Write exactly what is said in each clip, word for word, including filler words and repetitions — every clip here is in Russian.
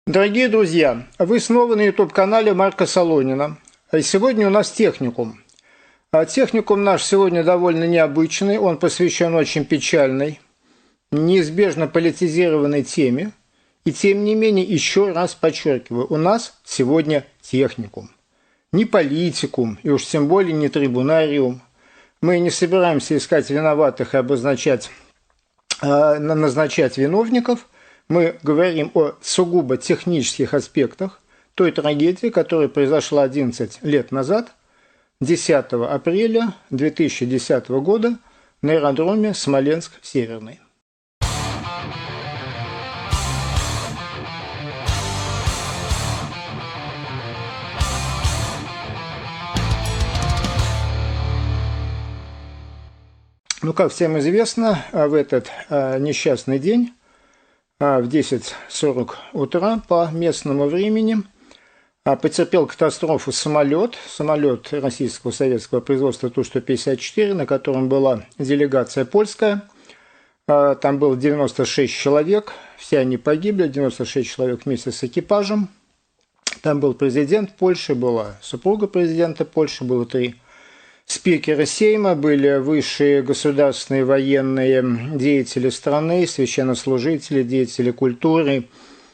Дорогие друзья, вы снова на YouTube-канале Марка Солонина. И сегодня у нас техникум. А техникум наш сегодня довольно необычный, он посвящен очень печальной, неизбежно политизированной теме. И тем не менее, еще раз подчеркиваю, у нас сегодня техникум. Не политикум, и уж тем более не трибунариум. Мы не собираемся искать виноватых и обозначать, э, назначать виновников. Мы говорим о сугубо технических аспектах той трагедии, которая произошла одиннадцать лет назад, десятого апреля две тысячи десятого года на аэродроме Смоленск-Северный. Ну, как всем известно, в этот несчастный день, в десять сорок утра по местному времени, потерпел катастрофу самолет, самолет российского советского производства Ту сто пятьдесят четыре, на котором была делегация польская. Там было девяносто шесть человек, все они погибли, девяносто шесть человек вместе с экипажем. Там был президент Польши, была супруга президента Польши, было три спикера Сейма, были высшие государственные военные деятели страны, священнослужители, деятели культуры.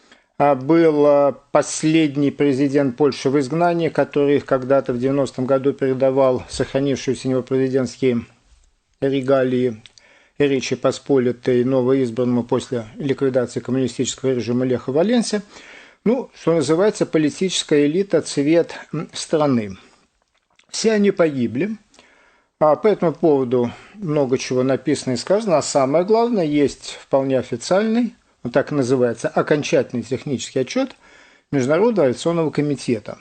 Был последний президент Польши в изгнании, который когда-то в девяностом году передавал сохранившиеся у него президентские регалии Речи Посполитой новоизбранному после ликвидации коммунистического режима Леху Валенсе. Ну, что называется, политическая элита, цвет страны. Все они погибли. А по этому поводу много чего написано и сказано. А самое главное, есть вполне официальный, он так и называется, окончательный технический отчет Международного авиационного комитета.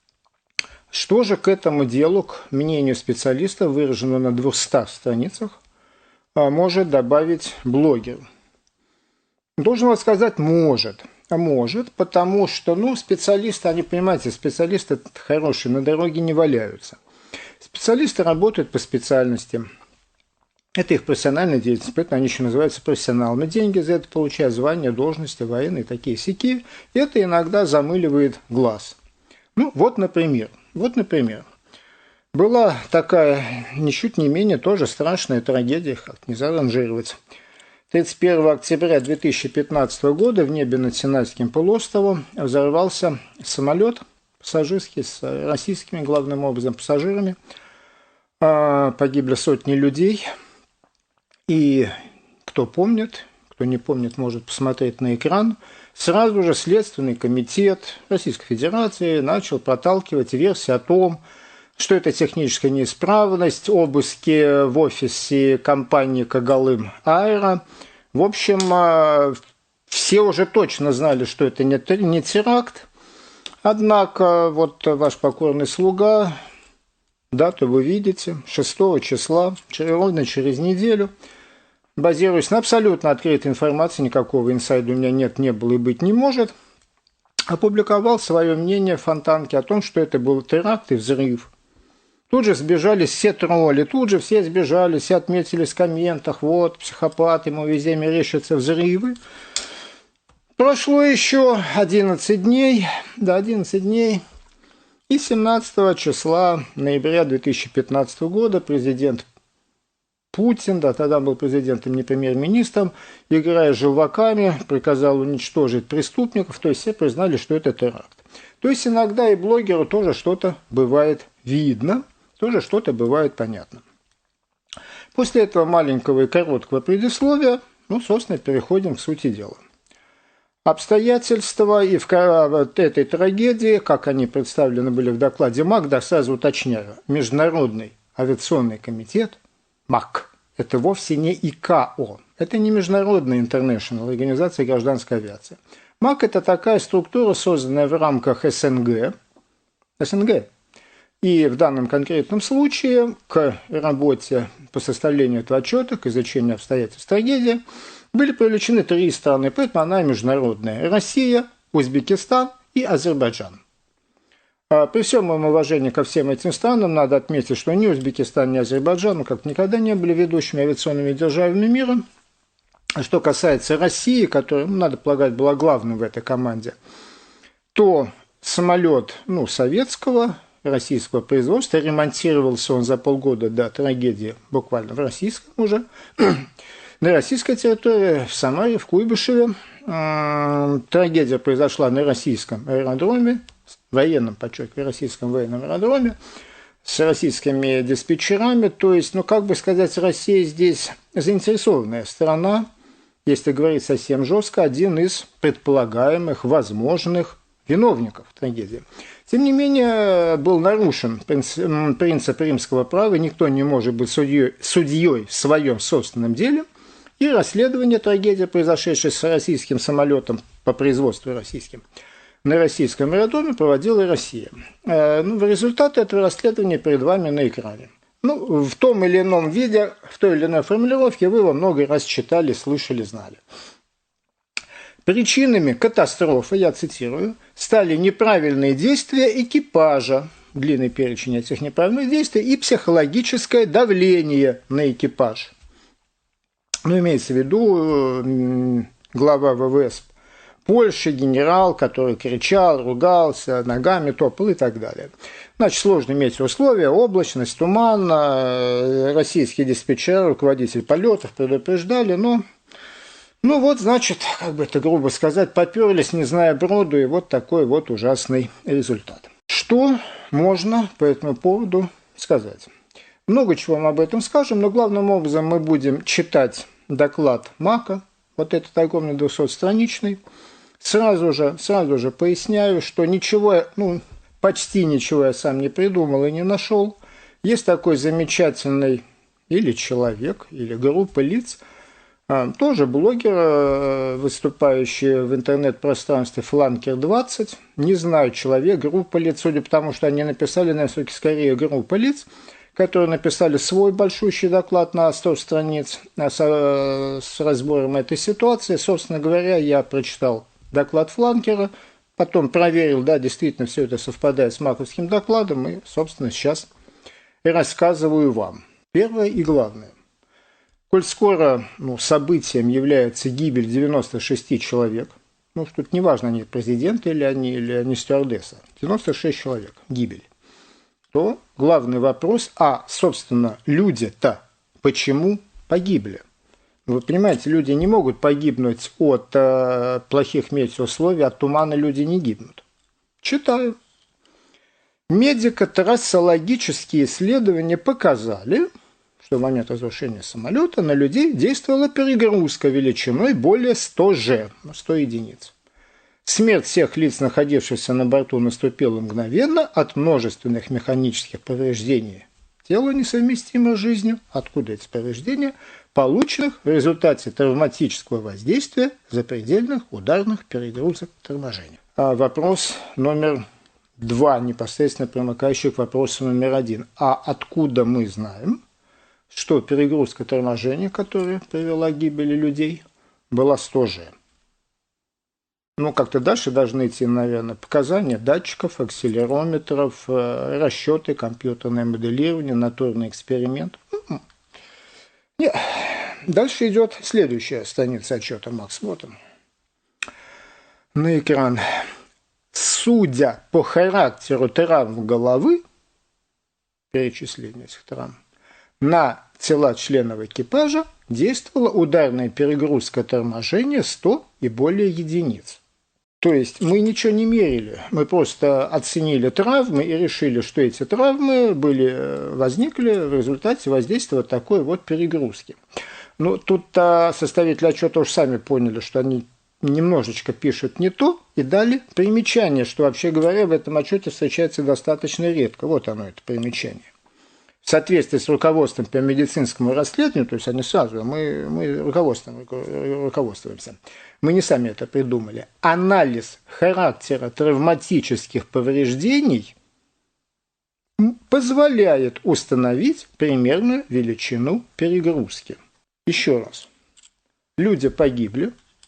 Что же к этому делу, к мнению специалистов, выраженного на двухстах страницах, может добавить блогер? Должен вам сказать, может. А может, потому что, ну, специалисты, они, понимаете, специалисты хорошие на дороге не валяются. Специалисты работают по специальности. Это их профессиональная деятельность, поэтому они еще называются профессионалами. Деньги за это получают, звания, должности, военные, такие сяки. Это иногда замыливает глаз. Ну, вот, например, вот, например, была такая, ничуть не менее, тоже страшная трагедия, как не заранжировать. тридцать первого октября две тысячи пятнадцатого года в небе над Синайским полуостровом взорвался самолет пассажирский с российскими, главным образом, пассажирами. Погибли сотни людей. И кто помнит, кто не помнит, может посмотреть на экран. Сразу же Следственный комитет Российской Федерации начал проталкивать версии о том, что это техническая неисправность, обыски в офисе компании «Когалым Аэро». В общем, все уже точно знали, что это не теракт. Однако, вот ваш покорный слуга, дату вы видите, шестого числа, ровно через неделю, базируясь на абсолютно открытой информации, никакого инсайда у меня нет, не было и быть не может, опубликовал свое мнение в Фонтанке о том, что это был теракт и взрыв. Тут же сбежались все тролли, тут же все сбежали, все отметились в комментах, вот, психопат, ему везде мерещатся взрывы. Прошло еще одиннадцать дней, да, одиннадцать дней, и семнадцатого числа ноября две тысячи пятнадцатого года президент Путин, да, тогда был президентом, не премьер-министром, играя желваками, приказал уничтожить преступников, то есть все признали, что это теракт. То есть иногда и блогеру тоже что-то бывает видно, тоже что-то бывает понятно. После этого маленького и короткого предисловия, ну, собственно, переходим к сути дела. Обстоятельства и в вот этой трагедии, как они представлены были в докладе МАК, да, сразу уточняю, Международный авиационный комитет, МАК, это вовсе не ИКАО, это не Международная International организация гражданской авиации. МАК – это такая структура, созданная в рамках СНГ, СНГ, и в данном конкретном случае к работе по составлению этого отчета, к изучению обстоятельств трагедии, были привлечены три страны, поэтому она международная. Россия, Узбекистан и Азербайджан. При всем моем уважении ко всем этим странам надо отметить, что ни Узбекистан, ни Азербайджан как никогда не были ведущими авиационными державами мира. Что касается России, которая, ну, надо полагать, была главной в этой команде, то самолет, ну, советского, российского производства, ремонтировался он за полгода до трагедии, буквально в российском уже, на российской территории, в Самаре, в Куйбышеве. Трагедия произошла на российском аэродроме, военном, подчеркиваю, российском военном аэродроме, с российскими диспетчерами. То есть, ну, как бы сказать, Россия здесь заинтересованная сторона, если говорить совсем жестко, один из предполагаемых, возможных виновников трагедии. Тем не менее, был нарушен принцип римского права, никто не может быть судьей, судьей в своем собственном деле, и расследование трагедии, произошедшей с российским самолетом по производству российским, на российском аэродроме проводила Россия. Ну, результаты этого расследования перед вами на экране. Ну, в том или ином виде, в той или иной формулировке вы во много раз читали, слышали, знали. Причинами катастрофы, я цитирую, стали неправильные действия экипажа, длинный перечень этих неправильных действий, и психологическое давление на экипаж. Ну, имеется в виду глава ВВС Польши, генерал, который кричал, ругался, ногами топал и так далее. Значит, сложные метеоусловия, облачность, туман, российские диспетчеры, руководитель полетов предупреждали, но, ну вот, значит, как бы это грубо сказать, поперлись, не зная броду, и вот такой вот ужасный результат. Что можно по этому поводу сказать? Много чего мы об этом скажем, но главным образом мы будем читать доклад МАКа, вот этот огромный двухсотстраничный. Сразу же, сразу же поясняю, что ничего, ну, почти ничего я сам не придумал и не нашел. Есть такой замечательный или человек, или группа лиц, тоже блогер, выступающий в интернет-пространстве Фланкер двадцать. Не знаю, человек, группа лиц, судя по тому, что они написали, наверное, все-таки скорее группа лиц, которые написали свой большущий доклад на сто страниц с разбором этой ситуации. Собственно говоря, я прочитал доклад Фланкера, потом проверил, да, действительно все это совпадает с маковским докладом, и, собственно, сейчас и рассказываю вам. Первое и главное. Коль скоро, ну, событием является гибель девяноста шести человек, ну, тут не важно, они президенты или они, или они стюардесса, девяносто шесть человек, гибель, то главный вопрос, а, собственно, люди-то почему погибли? Вы понимаете, люди не могут погибнуть от э, плохих метеоусловий, от тумана люди не гибнут. Читаю. Медико-трассологические исследования показали, что в момент разрушения самолета на людей действовала перегрузка величиной более ста же, ста единиц. Смерть всех лиц, находившихся на борту, наступила мгновенно от множественных механических повреждений тела, несовместимых с жизнью. Откуда эти повреждения? Полученных в результате травматического воздействия запредельных ударных перегрузок торможения. А вопрос номер два, непосредственно примыкающий к вопросу номер один. А откуда мы знаем, что перегрузка торможения, которая привела к гибели людей, была ста же? Ну, как-то дальше должны идти, наверное, показания датчиков, акселерометров, расчеты, компьютерное моделирование, натурный эксперимент. Нет. Дальше идет следующая страница отчета, Макс. Вот он. На экран. Судя по характеру травм головы, перечисление этих травм, на тела членов экипажа действовала ударная перегрузка торможения сто и более единиц. То есть мы ничего не мерили, мы просто оценили травмы и решили, что эти травмы были, возникли в результате воздействия вот такой вот перегрузки. Ну, тут-то составители отчета уж сами поняли, что они немножечко пишут не то, и дали примечание, что, вообще говоря, в этом отчете встречается достаточно редко. Вот оно, это примечание. В соответствии с руководством по медицинскому расследованию, то есть они сразу, мы, мы руководством, руководствуемся, мы не сами это придумали, анализ характера травматических повреждений позволяет установить примерную величину перегрузки. Еще раз. Люди погибли.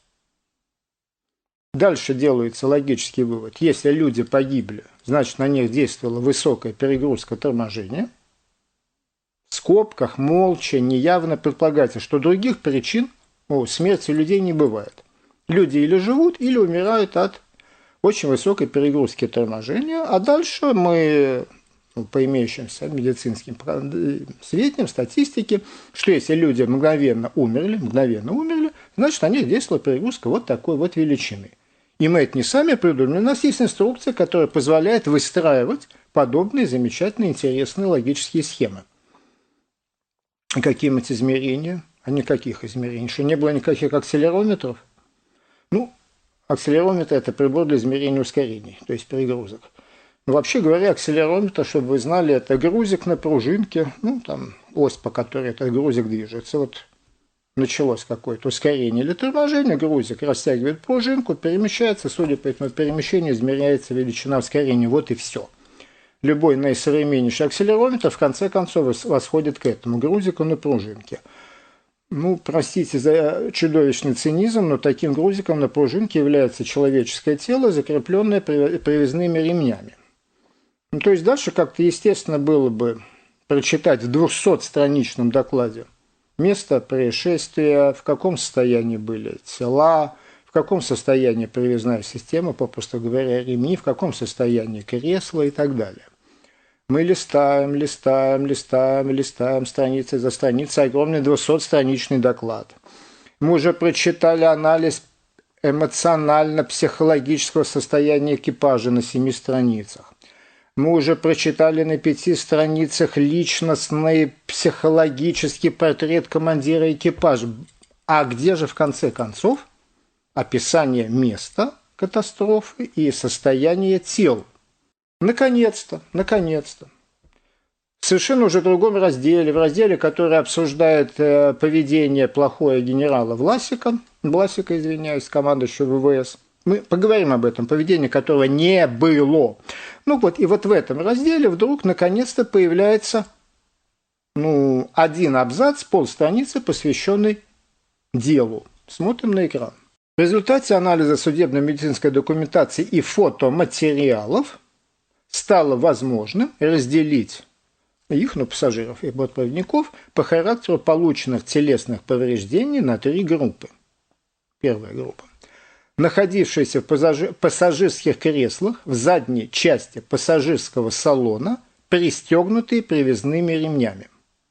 Дальше делается логический вывод. Если люди погибли, значит, на них действовала высокая перегрузка торможения. В скобках, молча, неявно предполагается, что других причин у смерти людей не бывает. Люди или живут, или умирают от очень высокой перегрузки торможения, а дальше мы, по имеющимся медицинским сведениям, статистике, что если люди мгновенно умерли, мгновенно умерли, значит, на них действовала перегрузка вот такой вот величины. И мы это не сами придумали. У нас есть инструкция, которая позволяет выстраивать подобные замечательные, интересные логические схемы. Какие-нибудь измерения? А никаких измерений. Что, не было никаких акселерометров? Ну, акселерометр – это прибор для измерения ускорений, то есть перегрузок. Но вообще говоря, акселерометр, чтобы вы знали, это грузик на пружинке, ну, там, ось, по которой этот грузик движется. Вот началось какое-то ускорение или торможение, грузик растягивает пружинку, перемещается, судя по этому перемещению, измеряется величина ускорения, вот и все. Любой наисовременнейший акселерометр в конце концов восходит к этому грузику на пружинке. Ну, простите за чудовищный цинизм, но таким грузиком на пружинке является человеческое тело, закрепленное привязными ремнями. Ну, то есть дальше как-то естественно было бы прочитать в двухсотстраничном докладе место происшествия, в каком состоянии были тела, в каком состоянии привязная система, попросту говоря, ремни, в каком состоянии кресла и так далее. Мы листаем, листаем, листаем, листаем страницы за страницей, огромный двухсотстраничный доклад. Мы уже прочитали анализ эмоционально-психологического состояния экипажа на семи страницах. Мы уже прочитали на пяти страницах личностный психологический портрет командира экипажа. А где же в конце концов описание места катастрофы и состояние тел? Наконец-то, наконец-то. В совершенно уже другом разделе, в разделе, который обсуждает поведение плохое генерала Власика, Власика, извиняюсь, командующего ВВС, мы поговорим об этом, поведение которого не было. Ну вот, и вот в этом разделе вдруг наконец-то появляется ну, один абзац, полстраницы, посвященный делу. Смотрим на экран. В результате анализа судебно-медицинской документации и фотоматериалов стало возможным разделить их, ну, пассажиров и бортпроводников, по характеру полученных телесных повреждений на три группы. Первая группа. Находившиеся в пассажирских креслах в задней части пассажирского салона, пристегнутые привязными ремнями.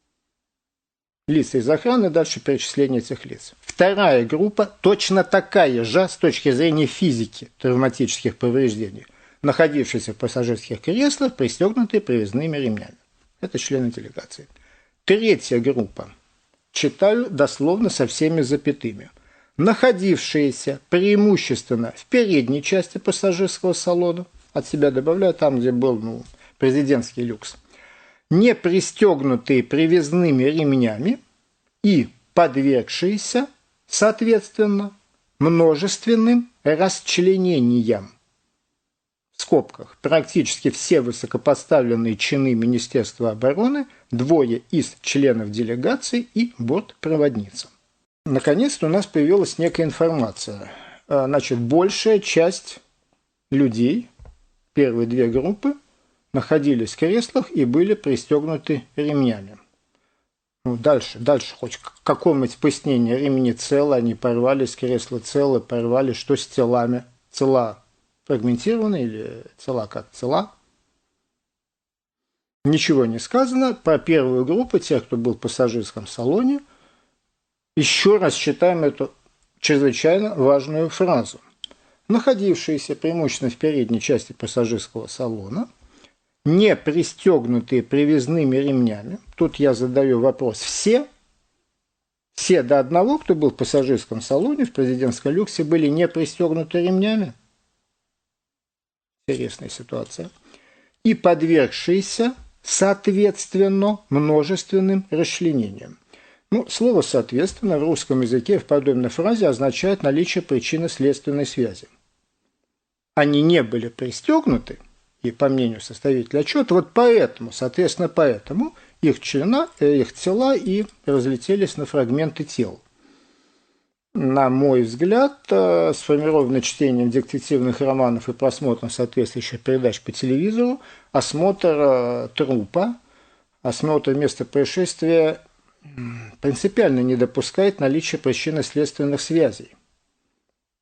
Лица из охраны, дальше перечисление этих лиц. Вторая группа точно такая же с точки зрения физики травматических повреждений, находившиеся в пассажирских креслах, пристегнутые привязными ремнями. Это члены делегации. Третья группа. Читаю дословно со всеми запятыми. Находившиеся преимущественно в передней части пассажирского салона, от себя добавляю, там, где был ну, президентский люкс, не пристегнутые привязными ремнями и подвергшиеся, соответственно, множественным расчленениям. В скобках практически все высокопоставленные чины Министерства обороны, двое из членов делегации и бортпроводница. Наконец-то у нас появилась некая информация. Значит, большая часть людей, первые две группы, находились в креслах и были пристегнуты ремнями. Ну, дальше, дальше хоть какое-нибудь пояснение. Ремни целы, они порвались, кресла целы, порвали. Что с телами? Тела фрагментированы или тела как тела? Ничего не сказано. Про первую группу, тех, кто был в пассажирском салоне, еще раз читаем эту чрезвычайно важную фразу. Находившиеся преимущественно в передней части пассажирского салона, не пристегнутые привязными ремнями. Тут я задаю вопрос. Все, все до одного, кто был в пассажирском салоне, в президентском люксе, были не пристегнуты ремнями. Интересная ситуация. И подвергшиеся, соответственно, множественным расчленениям. Ну, слово «соответственно» в русском языке в подобной фразе означает наличие причинно-следственной связи. Они не были пристегнуты, и по мнению составителя отчета, вот поэтому, соответственно, поэтому их члена, их тела и разлетелись на фрагменты тел. На мой взгляд, сформированный чтением детективных романов и просмотром соответствующих передач по телевизору, осмотр трупа, осмотр места происшествия принципиально не допускает наличия причинно-следственных связей.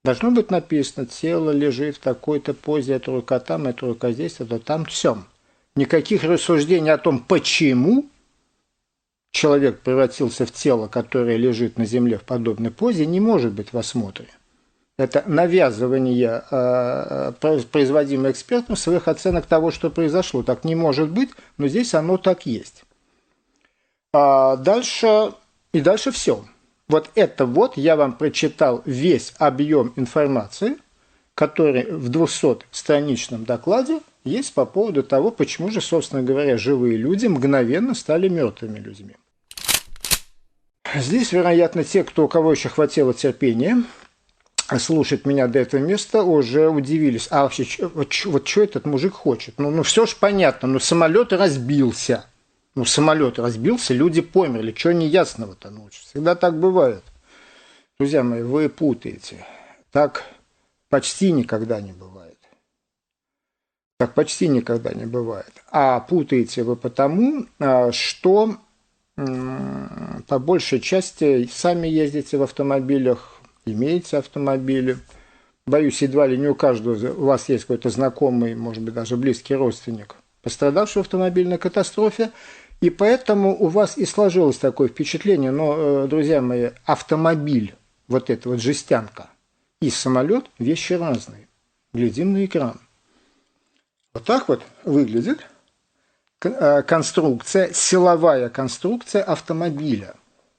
Должно быть написано, тело лежит в такой-то позе, эта рука там, эта рука здесь, это там, все. Никаких рассуждений о том, почему человек превратился в тело, которое лежит на земле в подобной позе, не может быть в осмотре. Это навязывание, производимое экспертом, своих оценок того, что произошло. Так не может быть, но здесь оно так есть. А дальше, и дальше все. Вот это вот я вам прочитал весь объем информации, который в двухсотстраничном докладе есть по поводу того, почему же, собственно говоря, живые люди мгновенно стали мертвыми людьми. Здесь, вероятно, те, кто, у кого еще хватило терпения слушать меня до этого места, уже удивились. А вообще, вот, вот что этот мужик хочет? Ну, ну все ж понятно, ну самолет разбился. Ну, самолет разбился, люди померли. Чего неясного-то? Ну, всегда так бывает. Друзья мои, вы путаете. Так почти никогда не бывает. Так почти никогда не бывает. А путаете вы потому, что по большей части сами ездите в автомобилях, имеете автомобили. Боюсь, едва ли не у каждого у вас есть какой-то знакомый, может быть, даже близкий родственник, пострадавший в автомобильной катастрофе. И поэтому у вас и сложилось такое впечатление, но, друзья мои, автомобиль, вот эта вот жестянка, и самолет – вещи разные. Глядим на экран. Вот так вот выглядит конструкция, силовая конструкция автомобиля.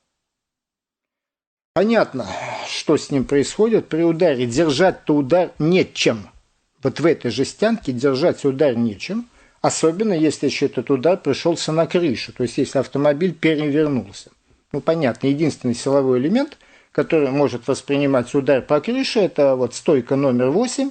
Понятно, что с ним происходит при ударе. Держать-то удар нечем. Вот в этой жестянке держать удар нечем. Особенно, если еще этот удар пришелся на крышу, то есть если автомобиль перевернулся. Ну, понятно, единственный силовой элемент, который может воспринимать удар по крыше, это вот стойка номер восемь,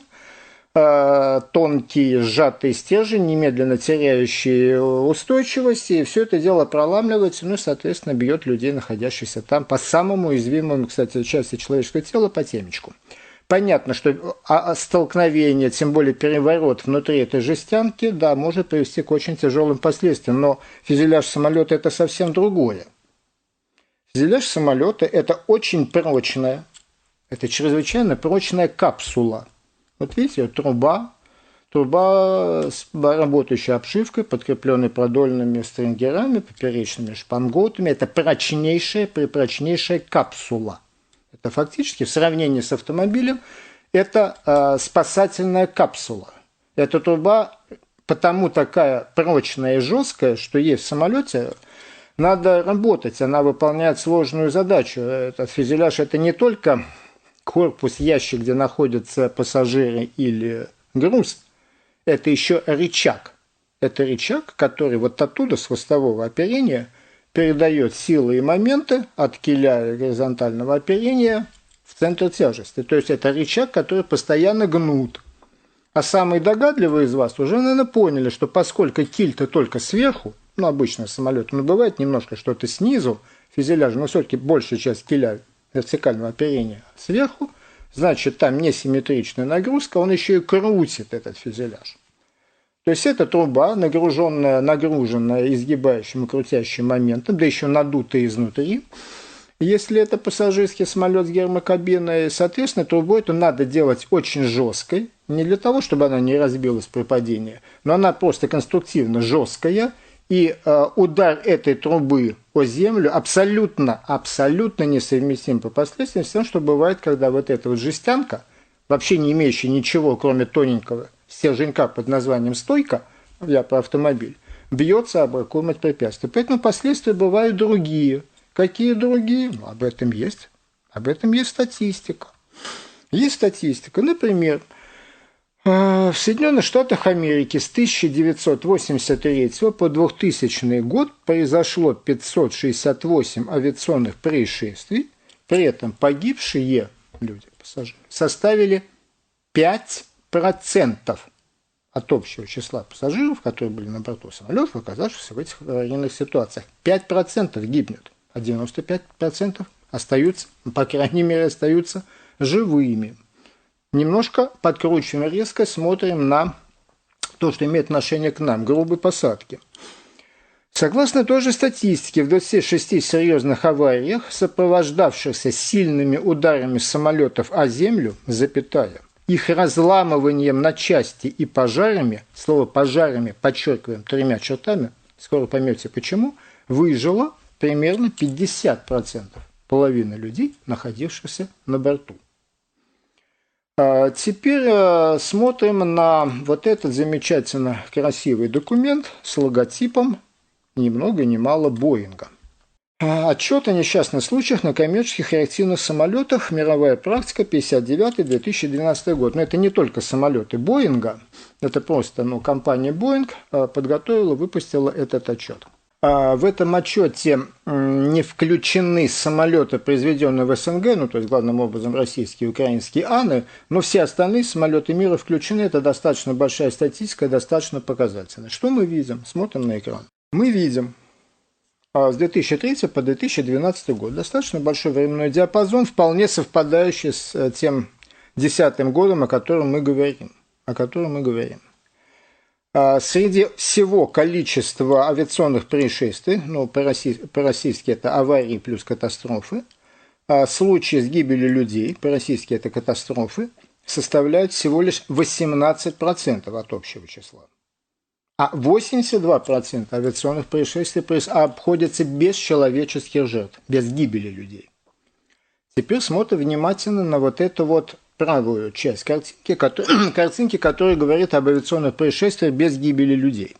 э, тонкий сжатый стержень, немедленно теряющий устойчивость, и все это дело проламливается, ну, соответственно, бьет людей, находящихся там, по самому уязвимому, кстати, части человеческого тела, по темечку. Понятно, что столкновение, тем более переворот внутри этой жестянки, да, может привести к очень тяжелым последствиям, но фюзеляж самолета – это совсем другое. Фюзеляж самолета – это очень прочная, это чрезвычайно прочная капсула. Вот видите, труба, труба с работающей обшивкой, подкрепленной продольными стрингерами, поперечными шпангоутами. Это прочнейшая, препрочнейшая капсула. Это фактически в сравнении с автомобилем это э, спасательная капсула. Эта труба потому такая прочная и жесткая, что ей в самолете надо работать, она выполняет сложную задачу. Этот фюзеляж – это не только корпус, ящик, где находятся пассажиры или груз, это еще рычаг. Это рычаг, который вот оттуда, с хвостового оперения, передает силы и моменты от киля горизонтального оперения в центр тяжести. То есть это рычаг, который постоянно гнут. А самые догадливые из вас уже, наверное, поняли, что поскольку киль-то только сверху, ну, обычно самолет, но бывает немножко что-то снизу, фюзеляж, но все-таки большая часть киля вертикального оперения сверху, значит, там несимметричная нагрузка, он еще и крутит этот фюзеляж. То есть это труба, нагруженная, нагруженная изгибающим и крутящим моментом, да еще надутая изнутри. Если это пассажирский самолет с гермокабиной, соответственно, трубу эту надо делать очень жесткой, не для того, чтобы она не разбилась при падении, но она просто конструктивно жесткая, и э, удар этой трубы о землю абсолютно, абсолютно несовместим по последствиям с тем, что бывает, когда вот эта вот жестянка, вообще не имеющая ничего, кроме тоненького стерженька под названием стойка, я про автомобиль, бьется об какое-нибудь препятствие. Поэтому последствия бывают другие. Какие другие? Ну, об этом есть. Об этом есть статистика. Есть статистика. Например, в Соединенных Штатах Америки с тысяча девятьсот восемьдесят третьего по двухтысячный год произошло пятьсот шестьдесят восемь авиационных происшествий. При этом погибшие люди, пассажиры, составили пять процентов от общего числа пассажиров, которые были на борту самолетов, оказавшихся в этих аварийных ситуациях. пять процентов гибнет, а девяносто пять процентов остаются, по крайней мере, остаются живыми. Немножко подкручиваем резко, смотрим на то, что имеет отношение к нам, грубой посадки. Согласно той же статистике, в двадцати шести серьезных авариях, сопровождавшихся сильными ударами самолетов о землю, запятая, их разламыванием на части и пожарами, слово «пожарами» подчеркиваем тремя чертами, скоро поймете почему, выжило примерно пятьдесят процентов, половина людей, находившихся на борту. А теперь смотрим на вот этот замечательно красивый документ с логотипом ни много ни мало Боинга. Отчет о несчастных случаях на коммерческих реактивных самолетах, мировая практика, пятьдесят девятый — две тысячи двенадцатый год. Но это не только самолеты Боинга, это просто ну, компания Боинг подготовила, выпустила этот отчет. В этом отчете не включены самолеты, произведенные в СНГ, ну то есть главным образом российские и украинские Аны, но все остальные самолеты мира включены. Это достаточно большая статистика, достаточно показательная. Что мы видим? Смотрим на экран. Мы видим с две тысячи третьего по две тысячи двенадцатый год достаточно большой временной диапазон, вполне совпадающий с тем десятым годом, о котором мы говорим. О котором мы говорим. Среди всего количества авиационных происшествий, ну, по-российски это аварии плюс катастрофы, случаи с гибелью людей, по-российски это катастрофы, составляют всего лишь восемнадцать процентов от общего числа. А восемьдесят два процента авиационных происшествий обходятся без человеческих жертв, без гибели людей. Теперь смотрим внимательно на вот эту вот правую часть картинки, который, картинки, которая говорит об авиационных происшествиях без гибели людей.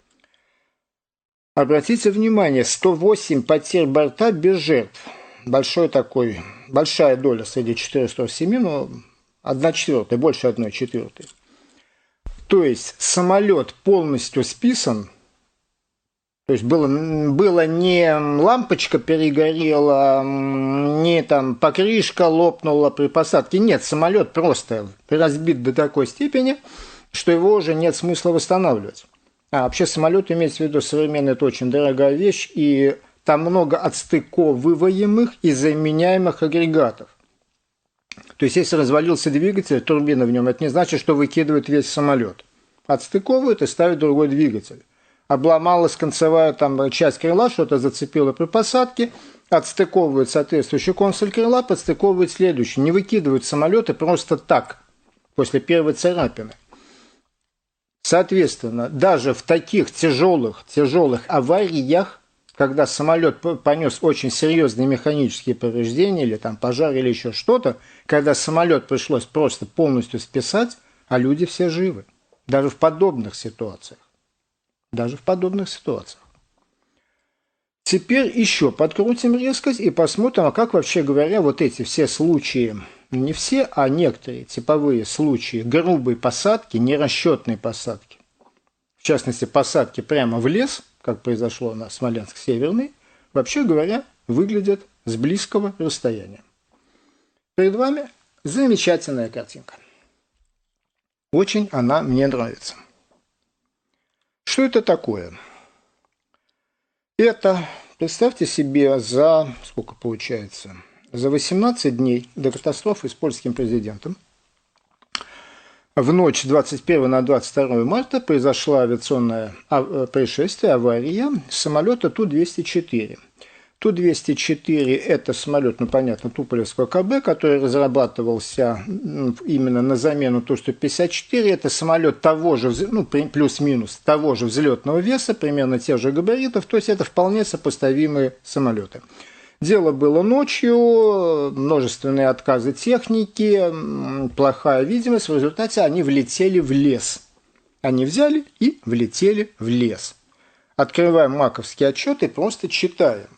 Обратите внимание, сто восемь потерь борта без жертв. Большой такой, большая доля среди четырёхсот семи, но одна четвертая, больше одной четвертой. То есть самолет полностью списан, то есть было, было не лампочка перегорела, не там покрышка лопнула при посадке. Нет, самолет просто разбит до такой степени, что его уже нет смысла восстанавливать. А вообще самолет, имеется в виду современный, это очень дорогая вещь, и там много отстыковываемых и заменяемых агрегатов. То есть, если развалился двигатель, турбина в нем, это не значит, что выкидывает весь самолет. Отстыковывают и ставят другой двигатель. Обломалась концевая там, часть крыла, что-то зацепило при посадке, отстыковывают соответствующий консоль крыла, подстыковывают следующий. Не выкидывают самолеты просто так, после первой царапины. Соответственно, даже в таких тяжелых, тяжелых авариях, когда самолет понес очень серьезные механические повреждения, или там пожар, или еще что-то, когда самолет пришлось просто полностью списать, а люди все живы. Даже в подобных ситуациях. Даже в подобных ситуациях. Теперь еще подкрутим резкость и посмотрим, а как вообще говоря, вот эти все случаи, не все, а некоторые типовые случаи грубой посадки, нерасчетной посадки, в частности посадки прямо в лес, как произошло на Смоленск-Северный, вообще говоря, выглядят с близкого расстояния. Перед вами замечательная картинка. Очень она мне нравится. Что это такое? Это, представьте себе, за, сколько получается, за восемнадцать дней до катастрофы с польским президентом в ночь двадцать первого на двадцать второе марта произошло авиационное происшествие, авария самолета Ту двести четыре. Ту двести четыре – это самолет, ну понятно, Туполевского КБ, который разрабатывался именно на замену Ту сто пятьдесят четыре. Это самолет того же, ну плюс-минус, того же взлетного веса, примерно тех же габаритов, то есть это вполне сопоставимые самолеты. Дело было ночью, множественные отказы техники, плохая видимость, в результате они влетели в лес. Они взяли и влетели в лес. Открываем маковский отчет и просто читаем.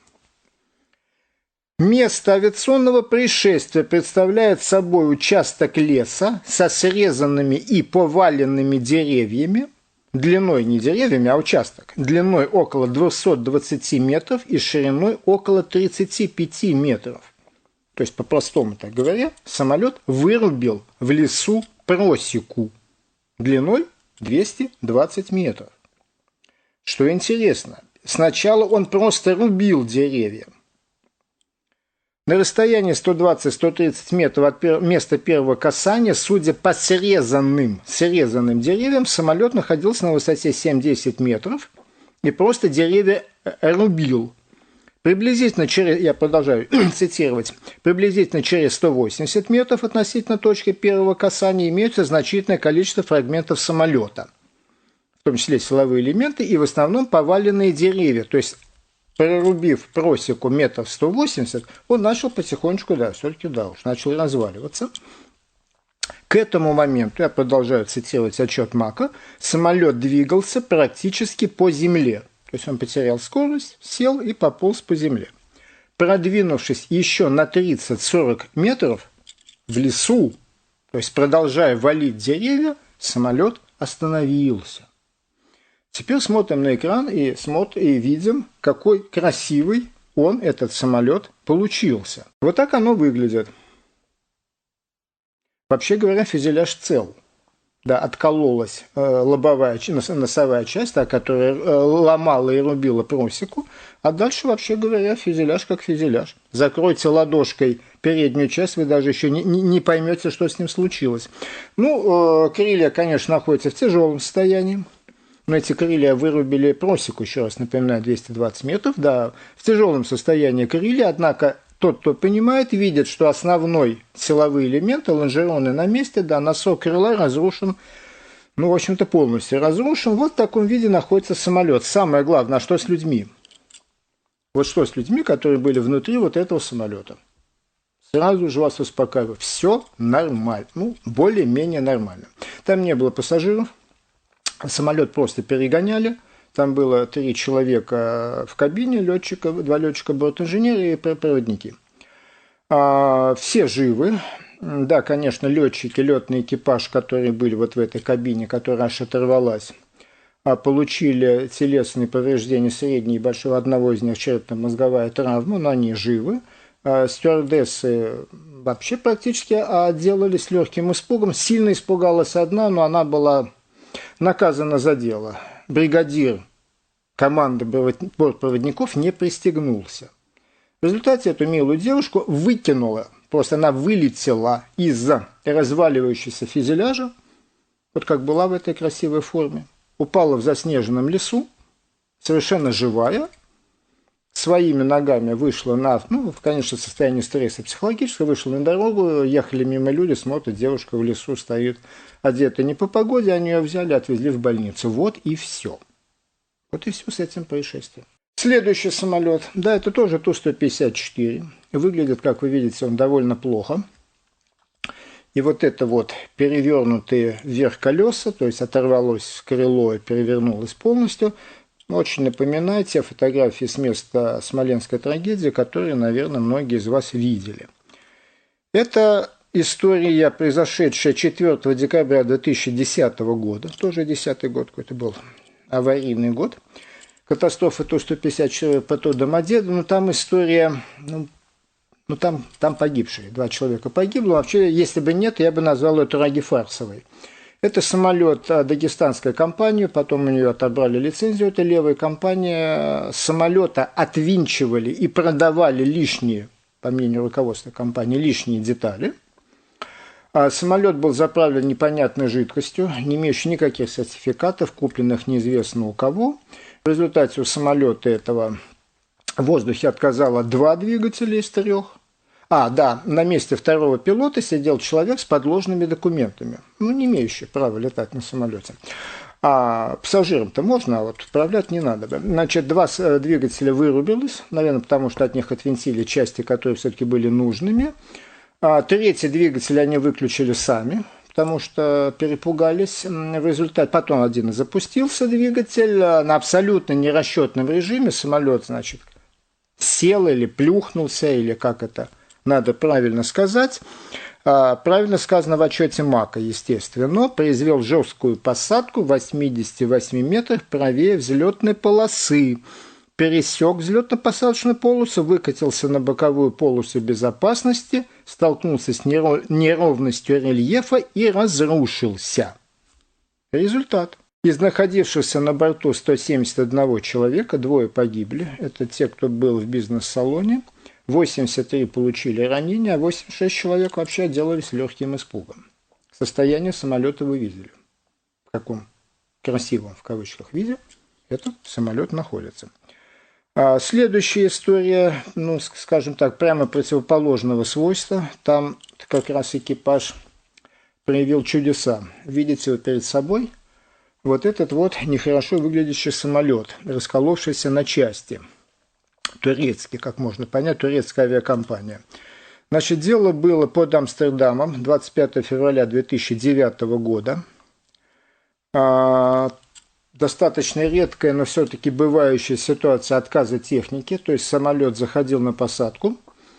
Место авиационного происшествия представляет собой участок леса со срезанными и поваленными деревьями, длиной не деревьями, а участок, длиной около двухсот двадцати метров и шириной около тридцати пяти метров. То есть, по-простому так говоря, самолет вырубил в лесу просеку длиной двести двадцать метров. Что интересно, сначала он просто рубил деревья. На расстоянии сто двадцать — сто тридцать метров от места первого касания, судя по срезанным, срезанным деревьям, самолет находился на высоте семь-десять метров и просто деревья рубил. Приблизительно через, я продолжаю цитировать, приблизительно через сто восемьдесят метров относительно точки первого касания имеется значительное количество фрагментов самолета, в том числе силовые элементы и в основном поваленные деревья. То есть, прорубив просеку метров сто восемьдесят, он начал потихонечку, да, все-таки, да, уж начал разваливаться. К этому моменту, я продолжаю цитировать отчет МАКа, самолет двигался практически по земле. То есть он потерял скорость, сел и пополз по земле. Продвинувшись еще на тридцать-сорок метров в лесу, то есть продолжая валить деревья, самолет остановился. Теперь смотрим на экран и смотрим и видим, какой красивый он, этот самолет, получился. Вот так оно выглядит. Вообще говоря, фюзеляж цел. Да, откололась э, лобовая, носовая часть, та, которая э, ломала и рубила просеку, а дальше, вообще говоря, фюзеляж как фюзеляж. Закройте ладошкой переднюю часть, вы даже еще не, не, не поймете, что с ним случилось. Ну, э, крылья, конечно, находятся в тяжелом состоянии, но эти крылья вырубили просеку, еще раз напоминаю, двести двадцать метров, да, в тяжелом состоянии крылья, однако тот, кто понимает, видит, что основной силовые элементы, лонжероны на месте, да, носок крыла разрушен, ну, в общем-то, полностью разрушен. Вот в таком виде находится самолет. Самое главное, а что с людьми? Вот что с людьми, которые были внутри вот этого самолета? Сразу же вас успокаиваю, все нормально, ну, более-менее нормально. Там не было пассажиров, самолет просто перегоняли. Там было три человека в кабине, летчика, два летчика, бортинженеры и проводники. А, все живы. Да, конечно, летчики, летный экипаж, которые были вот в этой кабине, которая аж оторвалась, получили телесные повреждения средней и большого, одного из них черепно-мозговая травма, но они живы. А, стюардессы вообще практически отделались легким испугом. Сильно испугалась одна, но она была наказана за дело. Бригадир команды бортпроводников не пристегнулся. В результате эту милую девушку выкинуло, просто она вылетела из-за разваливающегося фюзеляжа, вот как была в этой красивой форме, упала в заснеженном лесу, совершенно живая, своими ногами вышла на, ну, конечно, в состоянии стресса психологического, вышла на дорогу, ехали мимо люди, смотрят, девушка в лесу стоит, одета не по погоде, они ее взяли, отвезли в больницу. Вот и все. Вот и все с этим происшествием. Следующий самолет, да, это тоже Ту сто пятьдесят четыре. Выглядит, как вы видите, он довольно плохо. И вот это вот перевернутые вверх колеса, то есть оторвалось крыло и перевернулось полностью, очень напоминает те фотографии с места Смоленской трагедии, которые, наверное, многие из вас видели. Это история, произошедшая четвёртого декабря две тысячи десятого года, тоже десятый год какой-то был, аварийный год. Катастрофа Ту сто пятьдесят четыре ПТО Домодедово, ну там история, ну, ну там, там погибшие, два человека погибло. Вообще, если бы нет, я бы назвал эту Раги фарсовой. Это самолет дагестанской компании, потом у нее отобрали лицензию, это левая компания. С самолета отвинчивали и продавали лишние, по мнению руководства компании, лишние детали. А самолет был заправлен непонятной жидкостью, не имеющей никаких сертификатов, купленных неизвестно у кого. В результате у самолета этого в воздухе отказало два двигателя из трех. А, да, на месте второго пилота сидел человек с подложными документами, ну, не имеющий права летать на самолете. А пассажирам-то можно, а вот управлять не надо. Значит, два двигателя вырубилось, наверное, потому что от них отвинтили части, которые все-таки были нужными. А третий двигатель они выключили сами, потому что перепугались. В результате потом один запустился двигатель на абсолютно нерасчетном режиме. Самолет, значит, сел или плюхнулся, или как это надо правильно сказать. Правильно сказано в отчете МАКа, естественно, произвел жесткую посадку в восьмидесяти восьми метрах правее взлетной полосы, пересек взлетно-посадочную полосу, выкатился на боковую полосу безопасности, столкнулся с неровностью рельефа и разрушился. Результат. Из находившихся на борту ста семидесяти одного человека двое погибли. Это те, кто был в бизнес-салоне. восемьдесят три получили ранения, а восемьдесят шесть человек вообще отделались легким испугом. Состояние самолета вы видели. В каком красивом, в кавычках, виде. Этот самолет находится. А следующая история, ну, скажем так, прямо противоположного свойства. Там как раз экипаж проявил чудеса. Видите вот перед собой вот этот вот нехорошо выглядящий самолет, расколовшийся на части. Турецкий, как можно понять, турецкая авиакомпания. Значит, дело было под Амстердамом двадцать пятого февраля две тысячи девятого года. А, достаточно редкая, но все-таки бывающая ситуация отказа техники. То есть самолет заходил на посадку.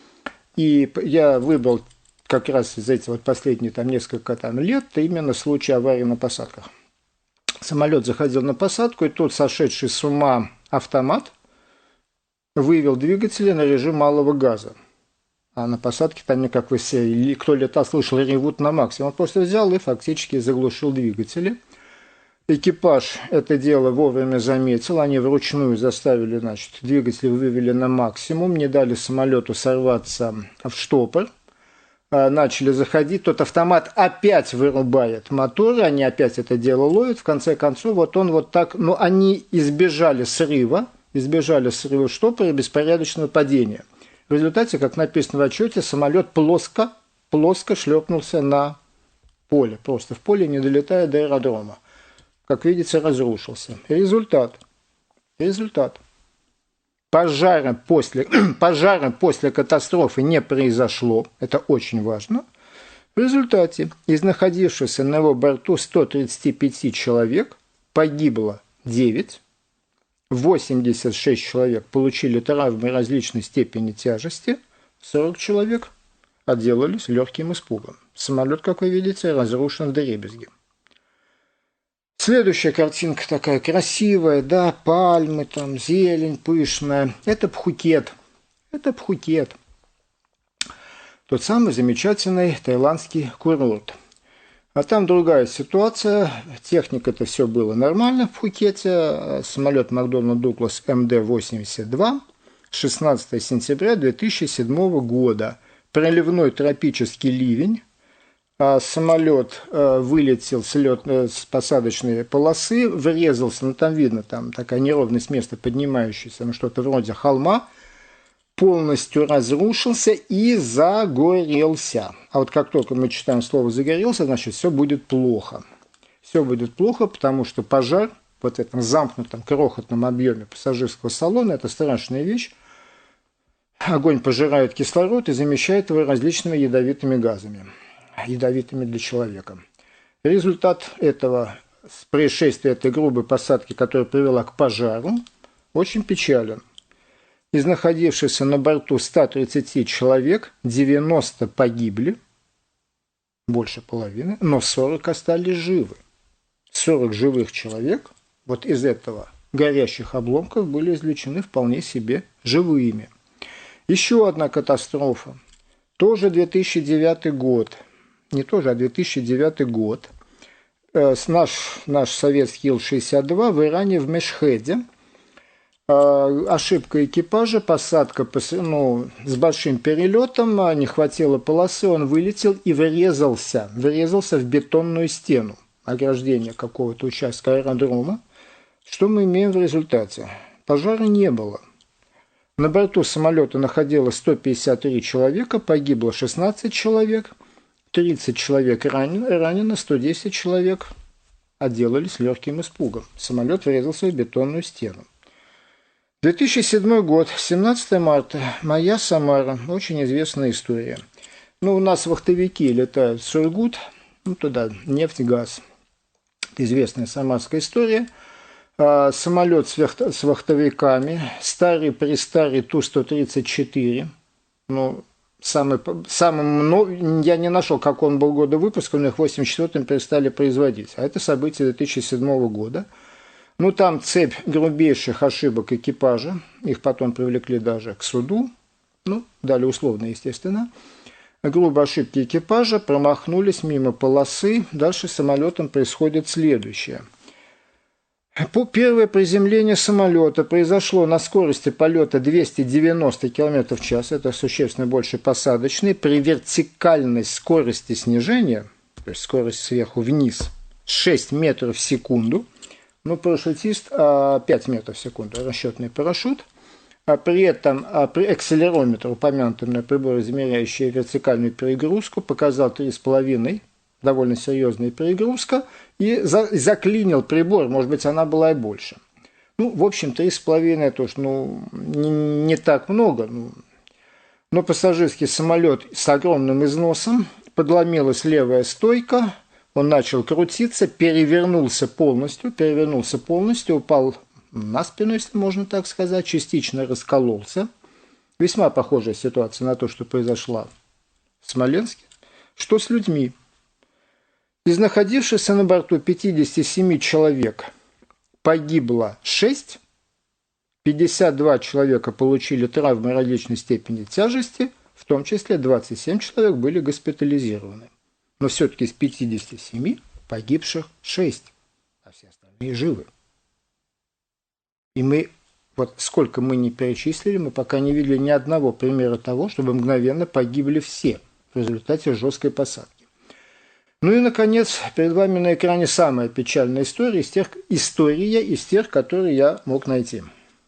И я выбрал как раз из этих вот последние там, несколько там, лет именно случай аварии на посадках. Самолет заходил на посадку, и тут сошедший с ума автомат вывел двигатели на режим малого газа. А на посадке там, как вы все, кто летал, слышал, ревут на максимум. Он просто взял и фактически заглушил двигатели. Экипаж это дело вовремя заметил. Они вручную заставили, значит, двигатели вывели на максимум, не дали самолету сорваться в штопор. Начали заходить, тот автомат опять вырубает моторы, они опять это дело ловят. В конце концов, вот он вот так, ну, они избежали срыва, избежали срыва штопора и беспорядочного падения. В результате, как написано в отчете, самолет плоско, плоско шлепнулся на поле. Просто в поле, не долетая до аэродрома. Как видите, разрушился. Результат. Результат. Пожара после, пожара после катастрофы не произошло. Это очень важно. В результате из находившихся на его борту ста тридцати пяти человек погибло девять. восемьдесят шесть человек получили травмы различной степени тяжести, сорок человек отделались легким испугом. Самолет, как вы видите, разрушен вдребезги. Следующая картинка такая красивая, да, пальмы, там, зелень пышная. Это Пхукет. Это Пхукет. Тот самый замечательный таиландский курорт. А там другая ситуация. Техника-то все было нормально в Пхукете. Самолет Макдональд Дуглас эм дэ восемьдесят два. шестнадцатого сентября две тысячи седьмого года. Проливной тропический ливень. Самолет вылетел с, лет, с посадочной полосы, врезался, ну там видно, там такая неровность места, поднимающаяся, ну что-то вроде холма, полностью разрушился и загорелся. А вот как только мы читаем слово «загорелся», значит, все будет плохо. Все будет плохо, потому что пожар в вот этом замкнутом, крохотном объеме пассажирского салона – это страшная вещь. Огонь пожирает кислород и замещает его различными ядовитыми газами. ядовитыми для человека. Результат этого происшествия, этой грубой посадки, которая привела к пожару, очень печален. Из находившихся на борту ста тридцати человек девяносто погибли, больше половины, но сорок остались живы. сорок живых человек вот из этого горящих обломков были извлечены вполне себе живыми. Еще одна катастрофа. Тоже две тысячи девятый год. Не тоже, а две тысячи девятый год. Наш, наш советский Ил шестьдесят два в Иране, в Мешхеде. Ошибка экипажа, посадка ну, с большим перелетом, не хватило полосы, он вылетел и врезался, врезался в бетонную стену ограждения какого-то участка аэродрома. Что мы имеем в результате? Пожара не было. На борту самолета находилось сто пятьдесят три человека, погибло шестнадцать человек. тридцать человек ранено, ранено, сто десять человек отделались легким испугом. Самолет врезался в бетонную стену. две тысячи седьмой год, семнадцатого марта, моя Самара, очень известная история. Ну, у нас вахтовики летают в Сургут, ну, туда нефть, газ. Это известная самарская история. А, самолет с, вахт, с вахтовиками, старый-престарый Ту сто тридцать четыре, ну, Самый, самым, ну, я не нашел, как он был года выпуска, у них в восемьдесят четвёртом перестали производить. А это событие две тысячи седьмого года. Ну, там цепь грубейших ошибок экипажа. Их потом привлекли даже к суду. Ну, дали условно, естественно. Грубые ошибки экипажа, промахнулись мимо полосы. Дальше с самолетом происходит следующее. Первое приземление самолета произошло на скорости полета двести девяносто километров в час, это существенно больше посадочной, при вертикальной скорости снижения, то есть скорость сверху вниз, шесть метров в секунду, Ну, парашютист пять метров в секунду, расчетный парашют. А при этом а при акселерометр, упомянутый на прибор, измеряющий вертикальную перегрузку, показал три с половиной, довольно серьезная перегрузка, и за, заклинил прибор, может быть, она была и больше. Ну, в общем, три с половиной тоже, ну, не, не так много. Ну, но пассажирский самолет с огромным износом, подломилась левая стойка, он начал крутиться, перевернулся полностью, перевернулся полностью, упал на спину, если можно так сказать, частично раскололся. Весьма похожая ситуация на то, что произошла в Смоленске. Что с людьми? Из находившихся на борту пятидесяти семи человек погибло шесть, пятьдесят два человека получили травмы различной степени тяжести, в том числе двадцать семь человек были госпитализированы. Но все-таки из пятидесяти семи погибших шесть, а все остальные живы. И мы, вот сколько мы не перечислили, мы пока не видели ни одного примера того, чтобы мгновенно погибли все в результате жесткой посадки. Ну и, наконец, перед вами на экране самая печальная история из тех, история из тех, которые я мог найти.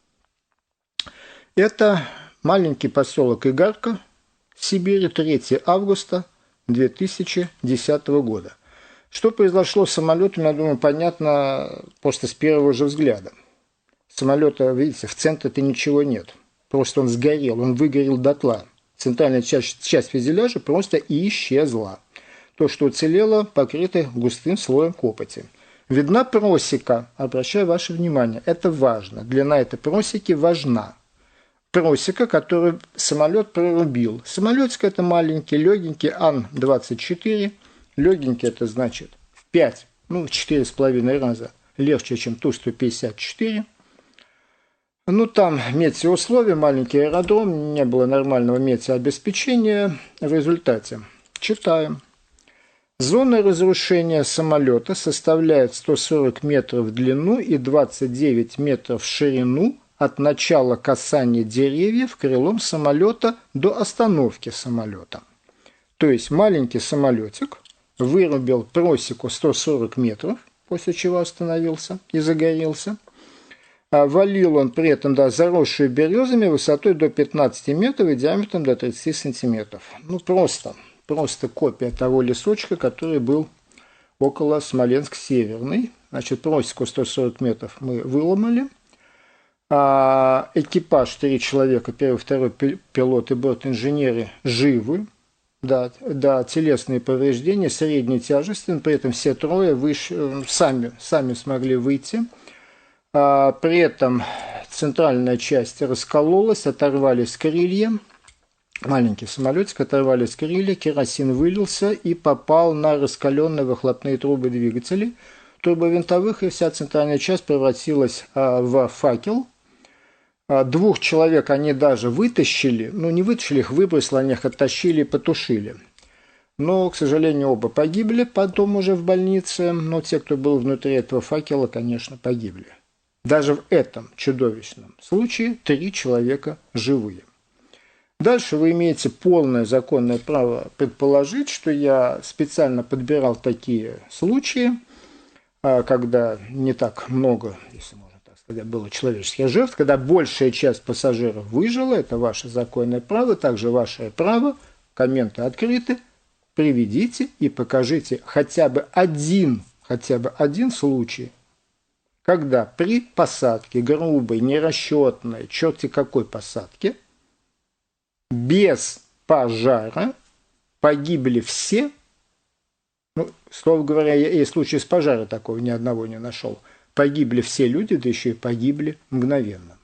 Это маленький поселок Игарка, Сибири, третьего августа две тысячи десятого года. Что произошло с самолетом, я думаю, понятно просто с первого же взгляда. Самолета, видите, в центре-то ничего нет. Просто он сгорел, он выгорел дотла. Центральная часть, часть фюзеляжа просто исчезла. То, что уцелело, покрыто густым слоем копоти. Видна просека, обращаю ваше внимание, это важно. Длина этой просеки важна. Просека, которую самолет прорубил. Самолетик это маленький, легенький Ан двадцать четыре. Легенький это значит в пять, ну в четыре с половиной раза легче, чем Ту сто пятьдесят четыре. Ну, там метеоусловия, маленький аэродром, не было нормального метеообеспечения. В результате читаем. Зона разрушения самолета составляет сто сорок метров в длину и двадцать девять метров в ширину от начала касания деревьев крылом самолета до остановки самолета. То есть маленький самолетик вырубил просеку сто сорок метров, после чего остановился и загорелся. Валил он при этом, да, заросшую березами высотой до пятнадцати метров и диаметром до тридцати сантиметров. Ну, просто, просто копия того лесочка, который был около Смоленск-Северный. Значит, просеку сто сорок метров мы выломали. А экипаж, три человека, первый, второй пилот и бортинженеры живы. Да, да, телесные повреждения средней тяжести, но при этом все трое выше, сами, сами смогли выйти. А, при этом центральная часть раскололась, оторвались крылья. Маленький самолетик, оторвались крылья, керосин вылился и попал на раскаленные выхлопные трубы двигателей турбовинтовых, и вся центральная часть превратилась а, в факел. А, двух человек они даже вытащили, ну не вытащили их, выбросили, они их оттащили и потушили. Но, к сожалению, оба погибли потом уже в больнице, но те, кто был внутри этого факела, конечно, погибли. Даже в этом чудовищном случае три человека живые. Дальше вы имеете полное законное право предположить, что я специально подбирал такие случаи, когда не так много, если можно так сказать, было человеческих жертв, когда большая часть пассажиров выжила, это ваше законное право, также ваше право, комменты открыты, приведите и покажите хотя бы один, хотя бы один случай, когда при посадке грубой, нерасчетной, черти какой посадке, без пожара погибли все. Ну, слово говоря, я и в случае с пожара такого ни одного не нашел. Погибли все люди, да еще и погибли мгновенно.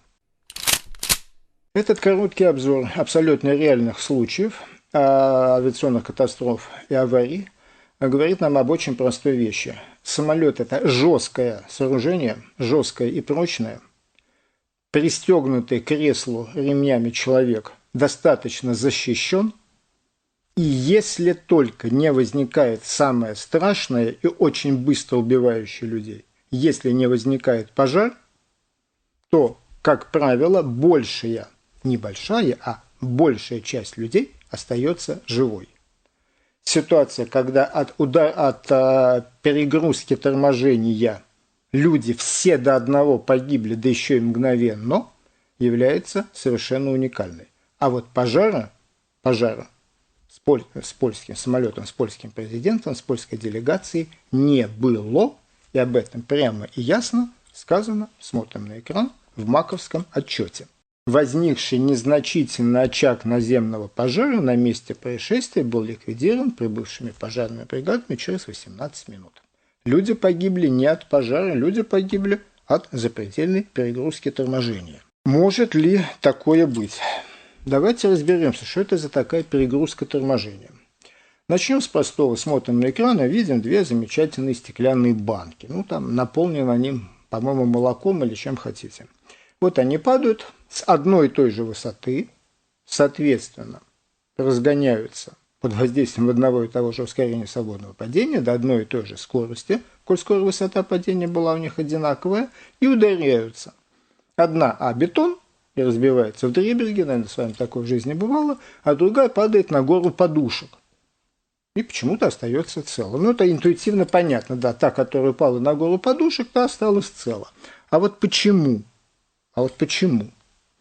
Этот короткий обзор абсолютно реальных случаев авиационных катастроф и аварий говорит нам об очень простой вещи. Самолет – это жесткое сооружение, жесткое и прочное. Пристегнутый к креслу ремнями человек достаточно защищен. И если только не возникает самое страшное и очень быстро убивающее людей, если не возникает пожар, то, как правило, большая, не большая, а большая часть людей остается живой. Ситуация, когда от, удар, от а, перегрузки торможения люди все до одного погибли, да еще и мгновенно, является совершенно уникальной. А вот пожара, пожара с, поль, с польским самолетом, с польским президентом, с польской делегацией не было, и об этом прямо и ясно сказано, смотрим на экран, в маковском отчете. Возникший незначительный очаг наземного пожара на месте происшествия был ликвидирован прибывшими пожарными бригадами через восемнадцать минут. Люди погибли не от пожара, люди погибли от запредельной перегрузки торможения. Может ли такое быть? Давайте разберемся, что это за такая перегрузка торможения. Начнем с простого. Смотрим на экран и видим две замечательные стеклянные банки. Ну, там наполнены они, по-моему, молоком или чем хотите. Вот они падают с одной и той же высоты, соответственно, разгоняются под воздействием одного и того же ускорения свободного падения до одной и той же скорости, коль скоро высота падения была у них одинаковая, и ударяются. Одна о бетон и разбивается в дребезги, наверное, с вами такое в жизни бывало, а другая падает на гору подушек. И почему-то остается целым. Ну, это интуитивно понятно, да, та, которая упала на гору подушек, та осталась цела. А вот почему? А вот почему?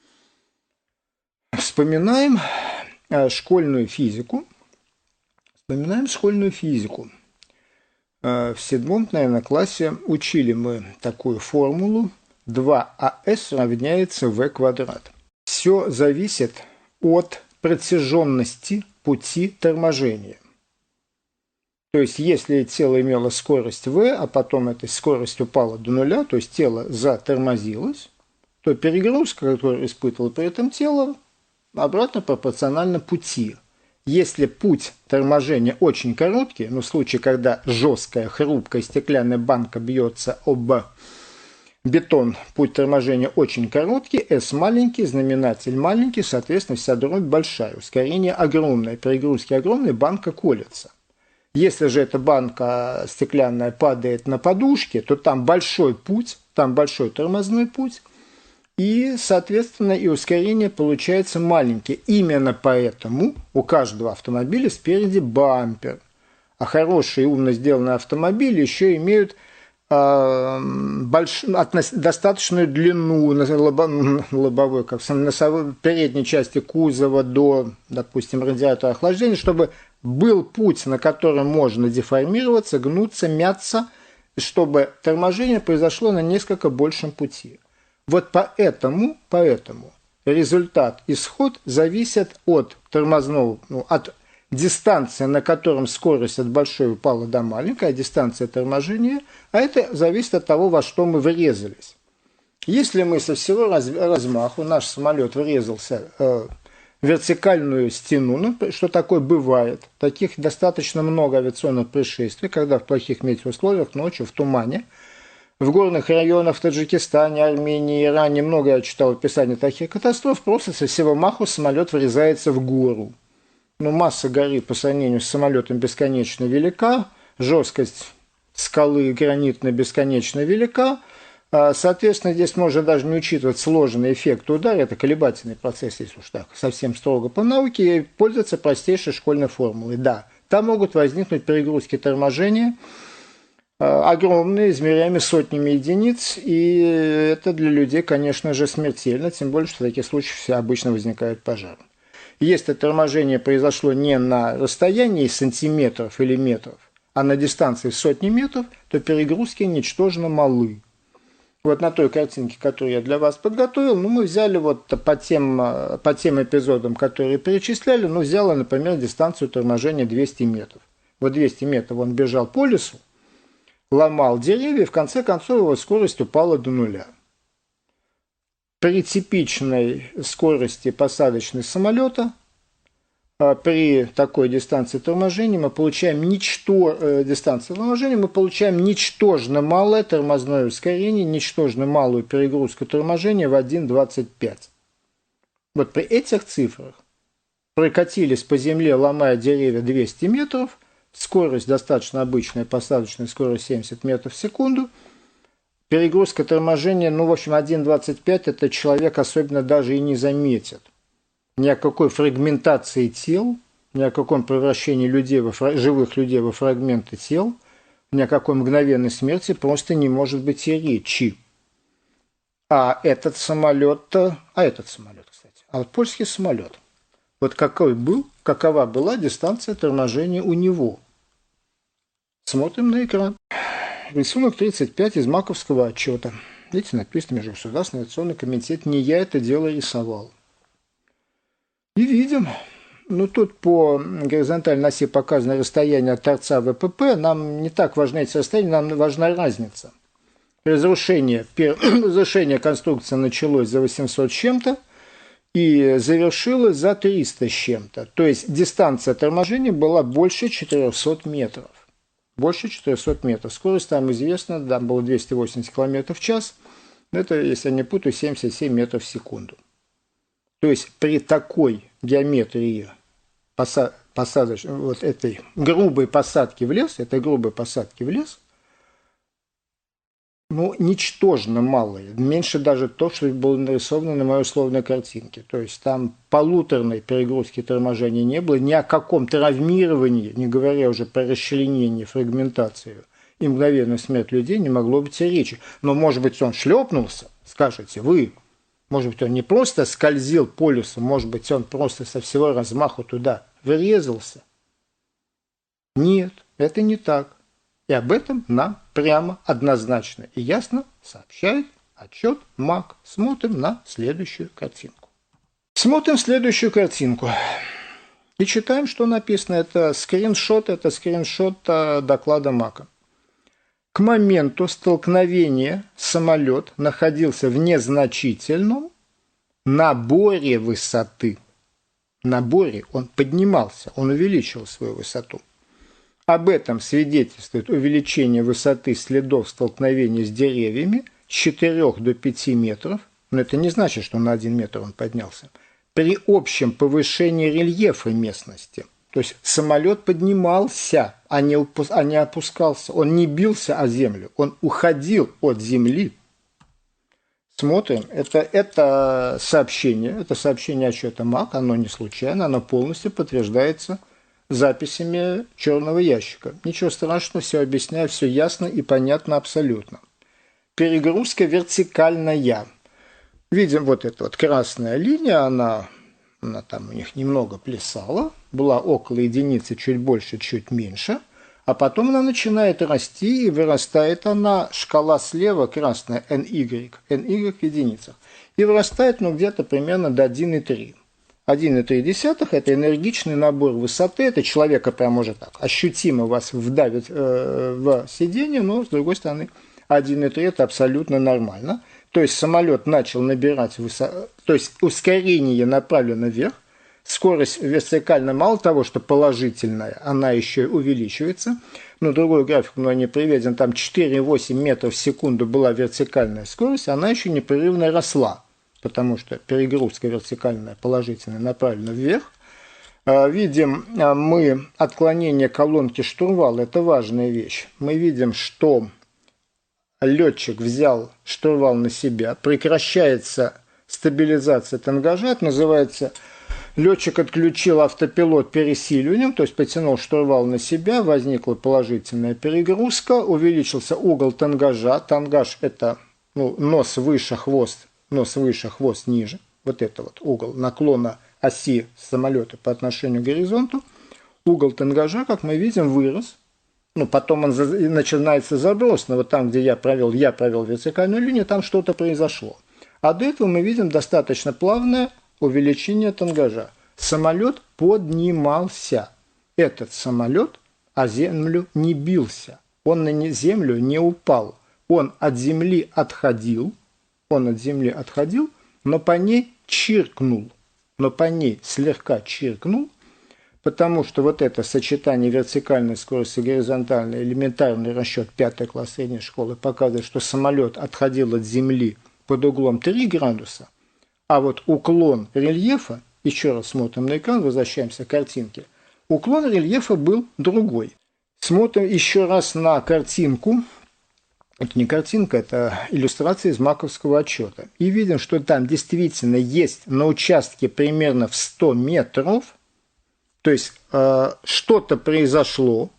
Вспоминаем школьную физику. Вспоминаем школьную физику. В седьмом, наверное, классе учили мы такую формулу: два а эс равняется вэ квадрат. Все зависит от протяженности пути торможения. То есть, если тело имело скорость v, а потом эта скорость упала до нуля, то есть тело затормозилось, то перегрузка, которую испытывало при этом тело, обратно пропорциональна пути. Если путь торможения очень короткий, ну в случае, когда жесткая, хрупкая стеклянная банка бьется об бетон, путь торможения очень короткий, S маленький, знаменатель маленький, соответственно, вся дробь большая, ускорение огромное, перегрузки огромные, банка колется. Если же эта банка стеклянная падает на подушке, то там большой путь, там большой тормозной путь, и, соответственно, и ускорение получается маленькое. Именно поэтому у каждого автомобиля спереди бампер. А хорошие и умно сделанные автомобили еще имеют э, больш... относ... достаточную длину на лобо... лобовой, как в носовой, передней части кузова до, допустим, радиатора охлаждения, чтобы был путь, на котором можно деформироваться, гнуться, мяться, чтобы торможение произошло на несколько большем пути. Вот поэтому, поэтому результат, исход зависит от тормозного, ну, от дистанции, на котором скорость от большой упала до маленькой, а дистанция торможения, а это зависит от того, во что мы врезались. Если мы со всего раз, размаху, наш самолет врезался э, в вертикальную стену, ну, что такое бывает, таких достаточно много авиационных происшествий, когда в плохих метеоусловиях ночью в тумане, в горных районах в Таджикистане, Армении, Иране, много я читал описаний таких катастроф, просто со всего маху самолет врезается в гору. Но масса горы по сравнению с самолетом бесконечно велика, жесткость скалы гранитной бесконечно велика, соответственно, здесь можно даже не учитывать сложный эффект удара, это колебательный процесс, если уж так совсем строго по науке, и пользоваться простейшей школьной формулой. Да, там могут возникнуть перегрузки торможения, огромные, измеряемые сотнями единиц, и это для людей, конечно же, смертельно, тем более, что в таких случаях обычно возникает пожар. Если торможение произошло не на расстоянии сантиметров или метров, а на дистанции сотни метров, то перегрузки ничтожно малы. Вот на той картинке, которую я для вас подготовил, ну, мы взяли вот по тем, по тем эпизодам, которые перечисляли, ну, взяла, например, дистанцию торможения двести метров. Вот двести метров он бежал по лесу, ломал деревья, и в конце концов его скорость упала до нуля. При типичной скорости посадочной самолета, при такой дистанции торможения мы получаем ничто, э, дистанции торможения, мы получаем ничтожно малое тормозное ускорение, ничтожно малую перегрузку торможения в один двадцать пять. Вот при этих цифрах прокатились по земле, ломая деревья, двести метров, скорость достаточно обычная, посадочная скорость семьдесят метров в секунду. Перегрузка торможения, ну, в общем, один двадцать пять это человек особенно даже и не заметит. Ни о какой фрагментации тел, ни о каком превращении людей во, живых людей во фрагменты тел ни о какой мгновенной смерти просто не может быть и речи. А этот самолет, а этот самолет, кстати, а вот польский самолет, вот какой был, какова была дистанция торможения у него? Смотрим на экран. Рисунок тридцать пять из маковского отчета. Видите, написано Межгосударственный авиационный комитет. Не я это дело рисовал. И видим, ну тут по горизонтальной оси показано расстояние от торца ВПП. Нам не так важны эти расстояния, нам важна разница. Разрушение, разрушение конструкции началось за восемьсот с чем-то и завершилось за триста с чем-то. То есть дистанция торможения была больше четырехсот метров. Больше четырехсот метров. Скорость там известна, там было двести восемьдесят километров в час. Это, если я не путаю, семьдесят семь метров в секунду. То есть при такой геометрии поса посадочной, вот этой грубой посадки в лес, этой грубой посадки в лес, ну, ничтожно малые. Меньше даже то, что было нарисовано на моей условной картинке. То есть там полуторной перегрузки торможения не было, ни о каком травмировании, не говоря уже про расчленение, фрагментацию и мгновенную смерть людей не могло быть и речи. Но, может быть, он шлепнулся, скажете вы. Может быть, он не просто скользил по лесу, может быть, он просто со всего размаху туда врезался. Нет, это не так. И об этом нам прямо, однозначно и ясно сообщает отчет МАК. Смотрим на следующую картинку. Смотрим следующую картинку. И читаем, что написано. Это скриншот, это скриншот доклада МАКа. К моменту столкновения самолет находился в незначительном наборе высоты. Наборе он поднимался, он увеличивал свою высоту. Об этом свидетельствует увеличение высоты следов столкновения с деревьями с четырёх до пяти метров, но это не значит, что на один метр он поднялся, при общем повышении рельефа местности. То есть самолет поднимался, а не, а не опускался, он не бился о землю, он уходил от земли. Смотрим, это, это сообщение, это сообщение отчета МАК, оно не случайно, оно полностью подтверждается записями черного ящика. Ничего страшного, все объясняю, все ясно и понятно абсолютно. Перегрузка вертикальная. Видим вот эта вот красная линия, она, она там у них немного плясала, была около единицы, чуть больше, чуть меньше, а потом она начинает расти и вырастает она, шкала слева красная, эн игрек, эн игрек в единицах, и вырастает ну где-то примерно до одной целой трёх. одна целая три десятых – это энергичный набор высоты, это человека прям может так ощутимо вас вдавит э, в сиденье, но с другой стороны одна целая три – это абсолютно нормально. То есть самолет начал набирать высоту, то есть ускорение направлено вверх, скорость вертикально мало того, что положительная, она еще и увеличивается. Но другой график мной не приведен, там четыре целых восемь десятых метров в секунду была вертикальная скорость, она еще непрерывно росла. Потому что перегрузка вертикальная положительная направлена вверх. Видим мы отклонение колонки штурвала, это важная вещь. Мы видим, что летчик взял штурвал на себя, прекращается стабилизация тангажа, это называется, летчик отключил автопилот пересиливанием, то есть потянул штурвал на себя, возникла положительная перегрузка, увеличился угол тангажа, тангаж это ну, нос выше, хвост, нос выше, хвост ниже, вот это вот угол наклона оси самолета по отношению к горизонту, угол тангажа, как мы видим, вырос. Ну, потом он начинается заброс, но вот там, где я провел, я провел вертикальную линию, там что-то произошло. А до этого мы видим достаточно плавное увеличение тангажа. Самолет поднимался. Этот самолет о землю не бился. Он на землю не упал. Он от земли отходил, он от земли отходил, но по ней чиркнул. Но по ней слегка чиркнул, потому что вот это сочетание вертикальной скорости и горизонтальной, элементарный расчет пятый класс средней школы показывает, что самолет отходил от земли под углом три градуса, а вот уклон рельефа, еще раз смотрим на экран, возвращаемся к картинке, уклон рельефа был другой. Смотрим еще раз на картинку. Это не картинка, это иллюстрация из маковского отчета. И видим, что там действительно есть на участке примерно в сто метров, то есть э, что-то произошло,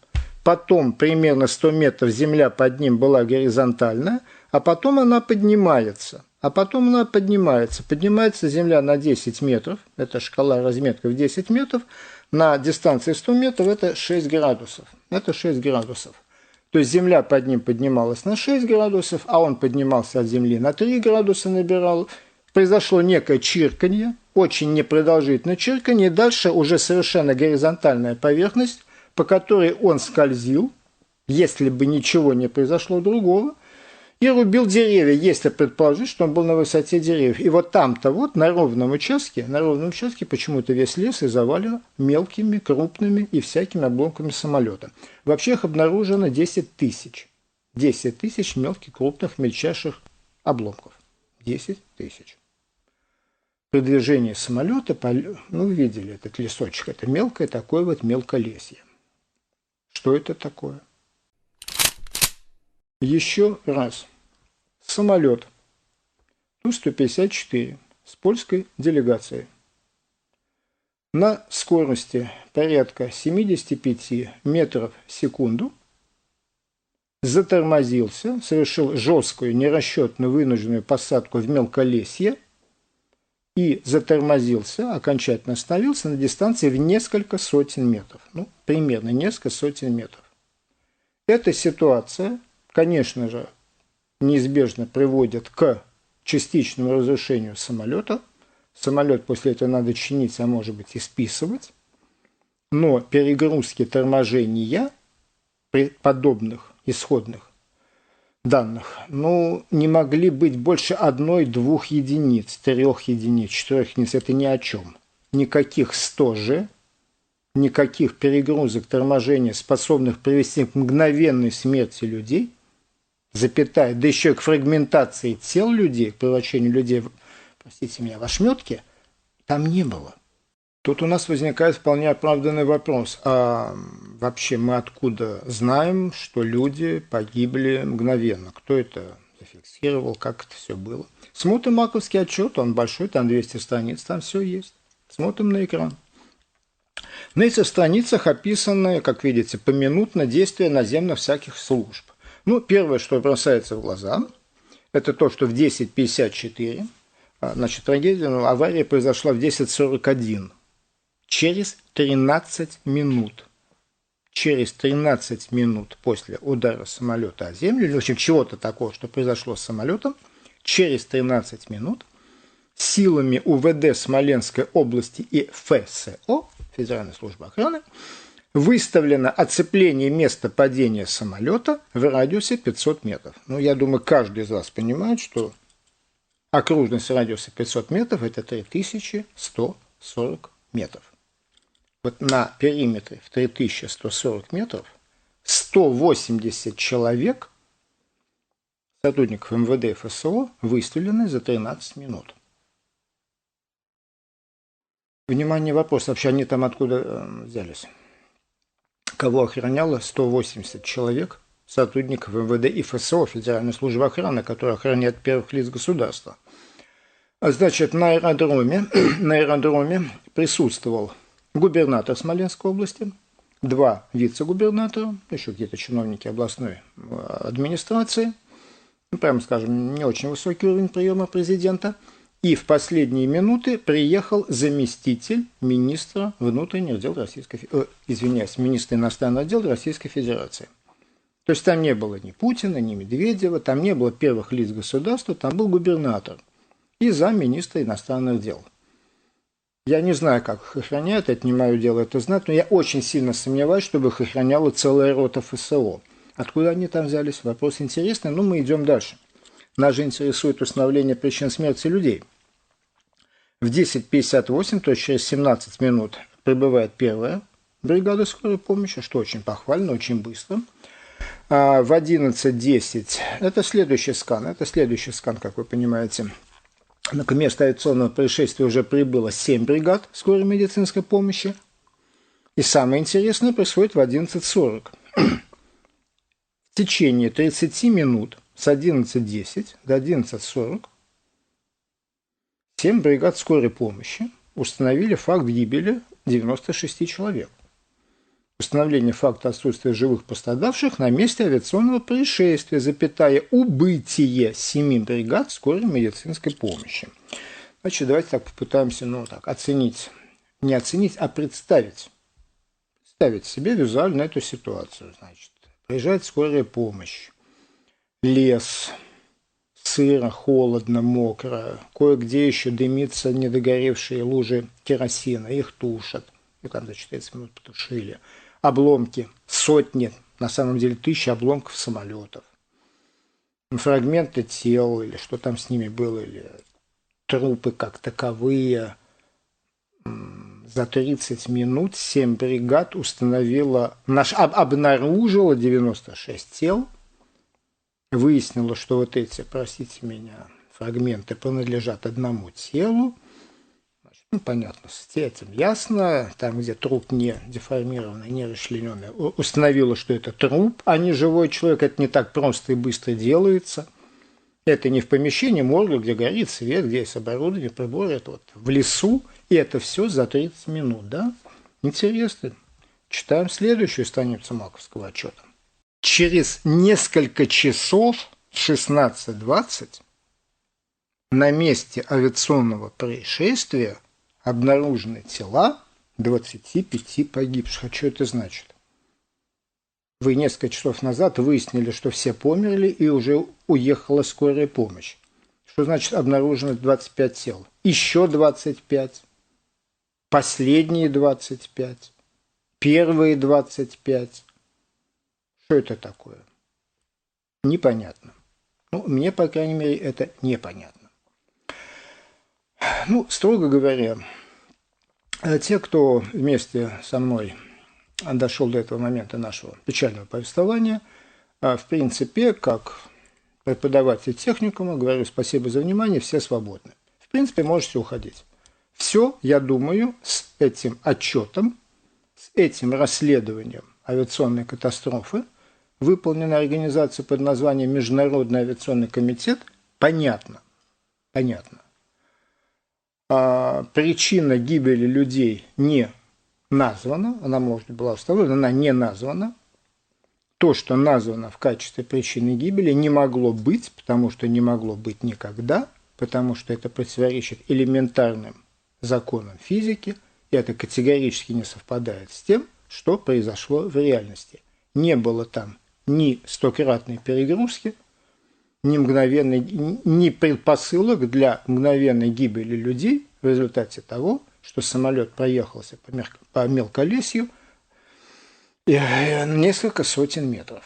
потом примерно сто метров земля под ним была горизонтальная, а потом она поднимается. А потом она поднимается. Поднимается земля на десять метров, это шкала разметка в десять метров, на дистанции сто метров это шесть градусов. Это шесть градусов. То есть земля под ним поднималась на шесть градусов, а он поднимался от земли на три градуса, набирал. Произошло некое чирканье, очень непродолжительное чирканье, и дальше уже совершенно горизонтальная поверхность, по которой он скользил, если бы ничего не произошло другого, и рубил деревья, если предположить, что он был на высоте деревьев. И вот там-то вот, на ровном участке, на ровном участке почему-то весь лес и завален мелкими, крупными и всякими обломками самолета. Вообще их обнаружено десять тысяч. десять тысяч мелких, крупных, мельчайших обломков. десять тысяч. При движении самолета, ну, вы видели этот лесочек, это мелкое такое вот мелколесье. Что это такое? Еще раз. Самолет Ту сто пятьдесят четыре с польской делегацией на скорости порядка семьдесят пять метров в секунду затормозился, совершил жесткую, нерасчетную, вынужденную посадку в мелколесье и затормозился, окончательно остановился на дистанции в несколько сотен метров. Ну, примерно несколько сотен метров. Эта ситуация, конечно же, неизбежно приводит к частичному разрушению самолета. Самолет после этого надо чинить, а может быть и списывать. Но перегрузки, торможения при подобных исходных данных, ну, не могли быть больше одной-двух единиц, трех единиц, четырех единиц. Это ни о чем. Никаких сто же, никаких перегрузок, торможения, способных привести к мгновенной смерти людей, запятая, да еще и к фрагментации тел людей, к превращению людей, простите меня, в ошметки, там не было. Тут у нас возникает вполне оправданный вопрос. А вообще мы откуда знаем, что люди погибли мгновенно? Кто это зафиксировал? Как это все было? Смотрим маковский отчет, он большой, там двести страниц, там все есть. Смотрим на экран. На этих страницах описаны, как видите, поминутно действия наземных всяких служб. Ну, первое, что бросается в глаза, это то, что в десять пятьдесят четыре, значит, трагедия, ну, авария произошла в десять сорок один. Через тринадцать минут. Через тринадцать минут после удара самолета о землю, или, в общем, чего-то такого, что произошло с самолетом, через тринадцать минут силами УВД Смоленской области и ФСО, Федеральной службы охраны, выставлено оцепление места падения самолета в радиусе пятьсот метров. Ну, я думаю, каждый из вас понимает, что окружность радиуса пятьсот метров – это три тысячи сто сорок метров. Вот на периметре в три тысячи сто сорок метров сто восемьдесят человек, сотрудников МВД и ФСО, выставлены за тринадцать минут. Внимание, вопрос, вообще они там откуда взялись? Кого охраняло сто восемьдесят человек, сотрудников МВД и ФСО, Федеральной службы охраны, которая охраняет первых лиц государства. Значит, на аэродроме, на аэродроме присутствовал губернатор Смоленской области, два вице-губернатора, еще какие-то чиновники областной администрации, ну, прямо скажем, не очень высокий уровень приема президента, и в последние минуты приехал заместитель министра внутренних дел Российской Федерации, э, извиняюсь, министра иностранных дел Российской Федерации. То есть там не было ни Путина, ни Медведева, там не было первых лиц государства, там был губернатор и замминистра иностранных дел. Я не знаю, как их охраняют, это не мое дело это знать, но я очень сильно сомневаюсь, чтобы их охраняла целая рота ФСО. Откуда они там взялись? Вопрос интересный, но мы идем дальше. Нас же интересует установление причин смерти людей. В десять пятьдесят восемь, то есть через семнадцать минут, прибывает первая бригада скорой помощи, что очень похвально, очень быстро. А в одиннадцать десять, это следующий скан, это следующий скан, как вы понимаете. На место авиационного происшествия уже прибыло семь бригад скорой медицинской помощи. И самое интересное происходит в одиннадцать сорок. В течение тридцати минут с одиннадцати десять до одиннадцати сорок семь бригад скорой помощи установили факт гибели девяноста шести человек. Установление факта отсутствия живых пострадавших на месте авиационного происшествия, запятая, убытие семи бригад скорой медицинской помощи. Значит, давайте так попытаемся, ну, так, оценить, не оценить, а представить. Представить себе визуально эту ситуацию. Значит, приезжает скорая помощь, лес, сыро, холодно, мокро, кое-где еще дымится недогоревшие лужи керосина, их тушат, и там за четырнадцать минут потушили. Обломки, сотни, на самом деле тысячи обломков самолетов, фрагменты тел, или что там с ними было, или трупы как таковые. За тридцать минут семь бригад установила, наш, об, обнаружила девяносто шесть тел, выяснила, что вот эти, простите меня, фрагменты принадлежат одному телу. Значит, ну, понятно, с этим ясно. Там, где труп не деформированный, не расчлененный, установила, что это труп, а не живой человек. Это не так просто и быстро делается. Это не в помещении морга, где горит свет, где есть оборудование, приборы. Это вот в лесу. И это все за тридцать минут, да? Интересно. Читаем следующую страницу Маковского отчета. Через несколько часов, шестнадцать двадцать, на месте авиационного происшествия обнаружены тела двадцати пяти погибших. А что это значит? Вы несколько часов назад выяснили, что все померли, и уже уехала скорая помощь. Что значит обнаружено двадцать пять тел? Еще двадцать пять. Последние двадцать пять. Первые двадцать пять. Что это такое? Непонятно. Ну, мне, по крайней мере, это непонятно. Ну, строго говоря, те, кто вместе со мной дошел до этого момента нашего печального повествования, в принципе, как преподаватель техникума, говорю спасибо за внимание, все свободны. В принципе, можете уходить. Все, я думаю, с этим отчетом, с этим расследованием авиационной катастрофы, выполненной организацией под названием Международный авиационный комитет, понятно. Понятно. А причина гибели людей не названа, она, может быть, была установлена, она не названа. То, что названо в качестве причины гибели, не могло быть, потому что не могло быть никогда, потому что это противоречит элементарным законам физики, и это категорически не совпадает с тем, что произошло в реальности. Не было там ни стократной перегрузки, ни, мгновенной, ни предпосылок для мгновенной гибели людей в результате того, что самолет проехался по, мер... по мелколесью несколько сотен метров.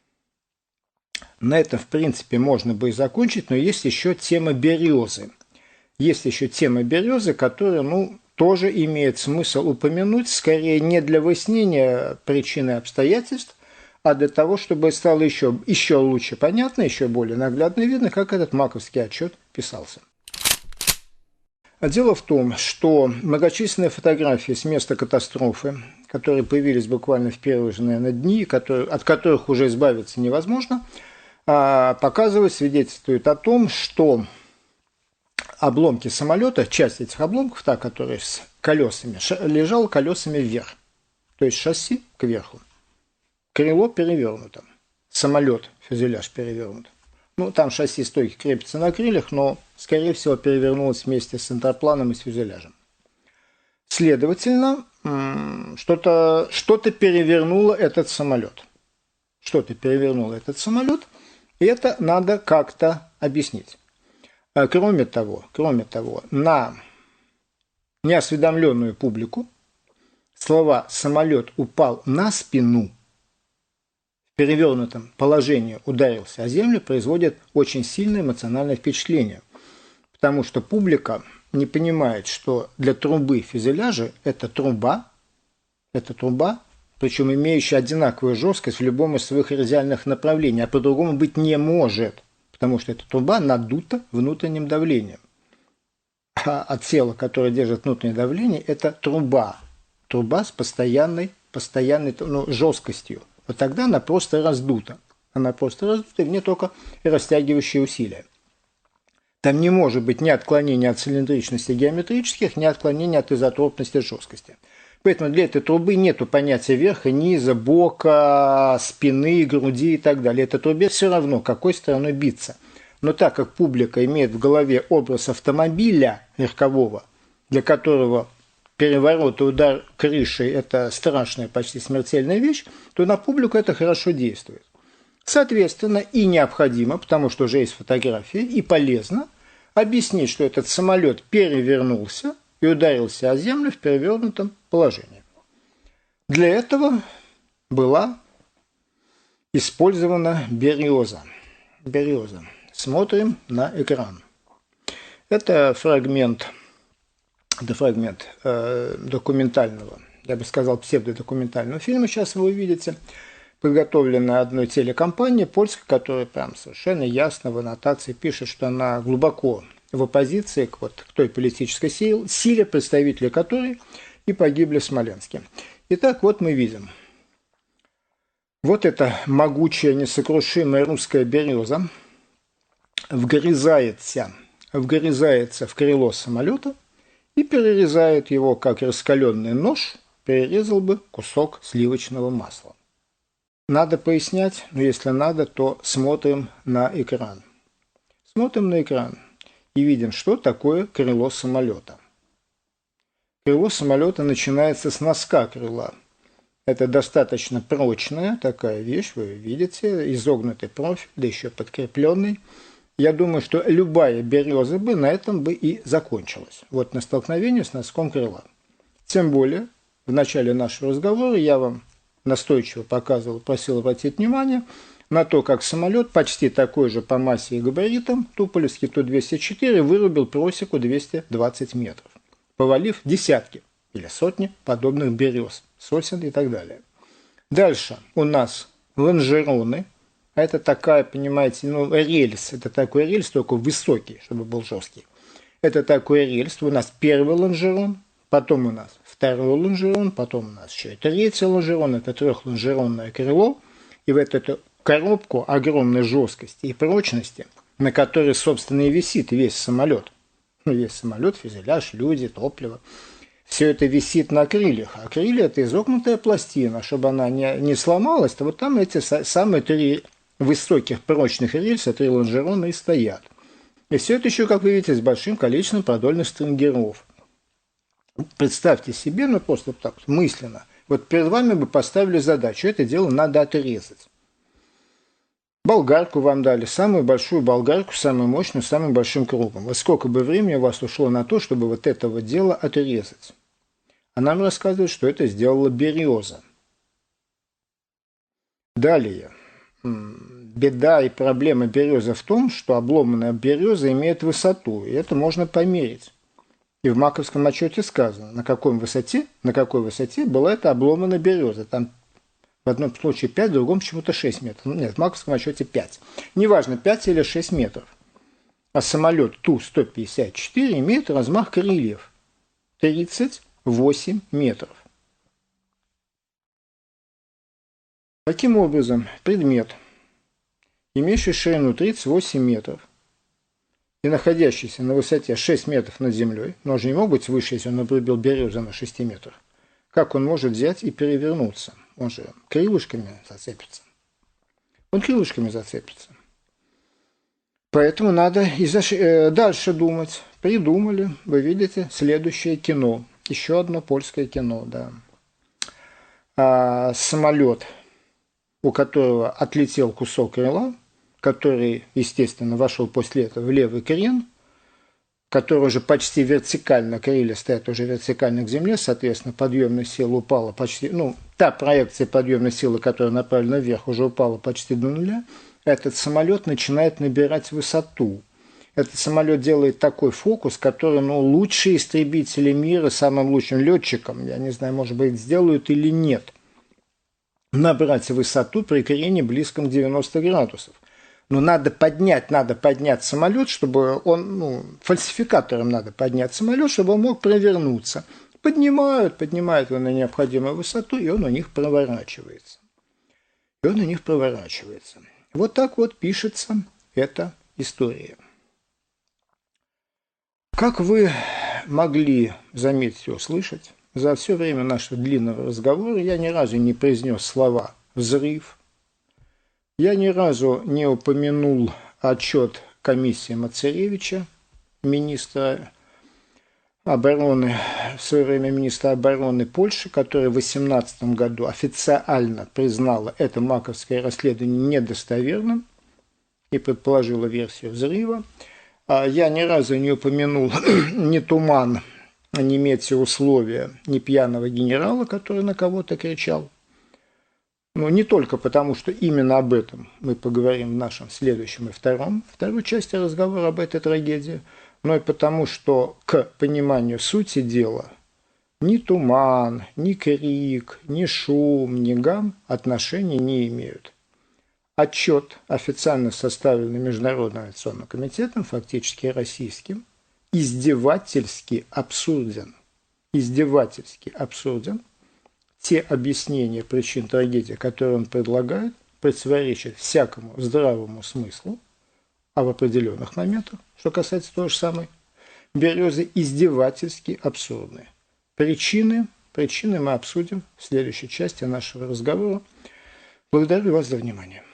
На этом, в принципе, можно бы и закончить, но есть еще тема березы. Есть еще тема березы, которая, ну, тоже имеет смысл упомянуть, скорее не для выяснения причин и обстоятельств, а для того, чтобы стало еще, еще лучше понятно, еще более наглядно видно, как этот маковский отчет писался. Дело в том, что многочисленные фотографии с места катастрофы, которые появились буквально в первые же, наверное, дни, которые, от которых уже избавиться невозможно, показывают, свидетельствуют о том, что обломки самолета, часть этих обломков, та, которая с колесами, лежала колесами вверх, то есть шасси кверху. Крыло перевернуто, самолет, фюзеляж перевернут. Ну, там шасси стойки крепится на крыльях, но, скорее всего, перевернулось вместе с центрпланом и с фюзеляжем. Следовательно, что-то, что-то перевернуло этот самолет. Что-то перевернуло этот самолет, и это надо как-то объяснить. Кроме того, кроме того, на неосведомленную публику слова «самолет упал на спину», в перевернутом положении ударился о землю, производят очень сильное эмоциональное впечатление, потому что публика не понимает, что для трубы фюзеляжа это труба, это труба, причем имеющая одинаковую жесткость в любом из своих радиальных направлений, а по-другому быть не может, потому что эта труба надута внутренним давлением. А тело, которое держит внутреннее давление, это труба. Труба с постоянной, постоянной ну, жесткостью. Вот тогда она просто раздута. Она просто раздута, и в ней только растягивающие усилия. Там не может быть ни отклонения от цилиндричности геометрических, ни отклонения от изотропности жесткости. Поэтому для этой трубы нету понятия верха, низа, бока, спины, груди и так далее. Этой трубе все равно, какой стороной биться. Но так как публика имеет в голове образ автомобиля легкового, для которого переворот и удар крышей – это страшная, почти смертельная вещь, то на публику это хорошо действует. Соответственно, и необходимо, потому что уже есть фотографии, и полезно объяснить, что этот самолет перевернулся и ударился о землю в перевернутом положении. Для этого была использована береза. Береза. Смотрим на экран. Это фрагмент, это фрагмент э, документального, я бы сказал, псевдодокументального фильма, сейчас вы увидите, подготовленная одной телекомпанией польской, которая прям совершенно ясно в аннотации пишет, что она глубоко в оппозиции к, вот, к той политической силе, силе, представители которой и погибли в Смоленске. Итак, вот мы видим. Вот эта могучая, несокрушимая русская береза вгрызается, вгрызается в крыло самолета и перерезает его, как раскаленный нож перерезал бы кусок сливочного масла. Надо пояснять, но если надо, то смотрим на экран. Смотрим на экран и видим, что такое крыло самолета. Крыло самолета начинается с носка крыла. Это достаточно прочная такая вещь, вы видите, изогнутый профиль, да еще подкрепленный. Я думаю, что любая береза бы на этом бы и закончилась. Вот на столкновении с носком крыла. Тем более, в начале нашего разговора я вам настойчиво показывал, просил обратить внимание на то, как самолет, почти такой же по массе и габаритам, Туполевский Ту двести четыре, вырубил просеку двести двадцать метров, повалив десятки или сотни подобных берез, сосен и так далее. Дальше у нас лонжероны. Это такая, понимаете, ну, рельс. Это такой рельс, только высокий, чтобы был жесткий. Это такой рельс. У нас первый лонжерон, потом у нас второй лонжерон, потом у нас еще и третий лонжерон. Это трехлонжеронное крыло. И вот эту коробку огромной жесткости и прочности, на которой, собственно, и висит весь самолет. Ну, весь самолет, фюзеляж, люди, топливо. Все это висит на крыльях. А крылья – это изогнутая пластина. Чтобы она не, не сломалась, то вот там эти самые три высоких прочных рельса, три лонжерона и стоят. И все это еще, как вы видите, с большим количеством продольных стрингеров. Представьте себе, ну просто так мысленно, вот перед вами бы поставили задачу, это дело надо отрезать. Болгарку вам дали, самую большую болгарку, самую мощную, самым большим кругом. Вот сколько бы времени у вас ушло на то, чтобы вот этого дела отрезать. А нам рассказывают, что это сделала береза. Далее. Беда и проблема березы в том, что обломанная береза имеет высоту, и это можно померить. И в маковском отчете сказано, на какой высоте, на какой высоте была эта обломанная береза. Там в одном случае пять, в другом почему-то шесть метров. Нет, в маковском отчете пять. Неважно, пять или шесть метров. А самолет Ту сто пятьдесят четыре имеет размах крыльев тридцать восемь метров. Таким образом, предмет, имеющий ширину тридцать восемь метров и находящийся на высоте шесть метров над землей, но он же не мог быть выше, если он обрубил березу на шести метрах, как он может взять и перевернуться? Он же крылышками зацепится. Он крылышками зацепится. Поэтому надо и заш... дальше думать. Придумали, вы видите, следующее кино. Еще одно польское кино, да. А, самолет, у которого отлетел кусок крыла, который, естественно, вошел после этого в левый крен, который уже почти вертикально, крылья стоят уже вертикально к земле, соответственно, подъемная сила упала почти, ну, та проекция подъемной силы, которая направлена вверх, уже упала почти до нуля. Этот самолет начинает набирать высоту. Этот самолет делает такой фокус, который, ну, лучшие истребители мира, самым лучшим летчикам, я не знаю, может быть, сделают или нет, набрать высоту при крении близком к девяноста градусов. Но надо поднять, надо поднять самолет, чтобы он, ну, фальсификатором надо поднять самолет, чтобы он мог провернуться. Поднимают, поднимают его на необходимую высоту, и он у них проворачивается. И он у них проворачивается. Вот так вот пишется эта история. Как вы могли заметить и услышать, за все время нашего длинного разговора я ни разу не произнес слова «взрыв». Я ни разу не упомянул отчет комиссии Мацаревича, министра обороны, в свое время министра обороны Польши, которая в две тысячи восемнадцатом году официально признала это маковское расследование недостоверным и предположила версию взрыва. Я ни разу не упомянул ни туман, ни метеоусловия, ни пьяного генерала, который на кого-то кричал. Но не только потому, что именно об этом мы поговорим в нашем следующем и втором, второй части разговора об этой трагедии, но и потому, что к пониманию сути дела ни туман, ни крик, ни шум, ни гам отношения не имеют. Отчет, официально составленный Международным авиационным комитетом, фактически российским, издевательски абсурден. Издевательски абсурден. Те объяснения причин трагедии, которые он предлагает, противоречат всякому здравому смыслу, а в определенных моментах, что касается той же самой березы, издевательски абсурдны. Причины, причины мы обсудим в следующей части нашего разговора. Благодарю вас за внимание.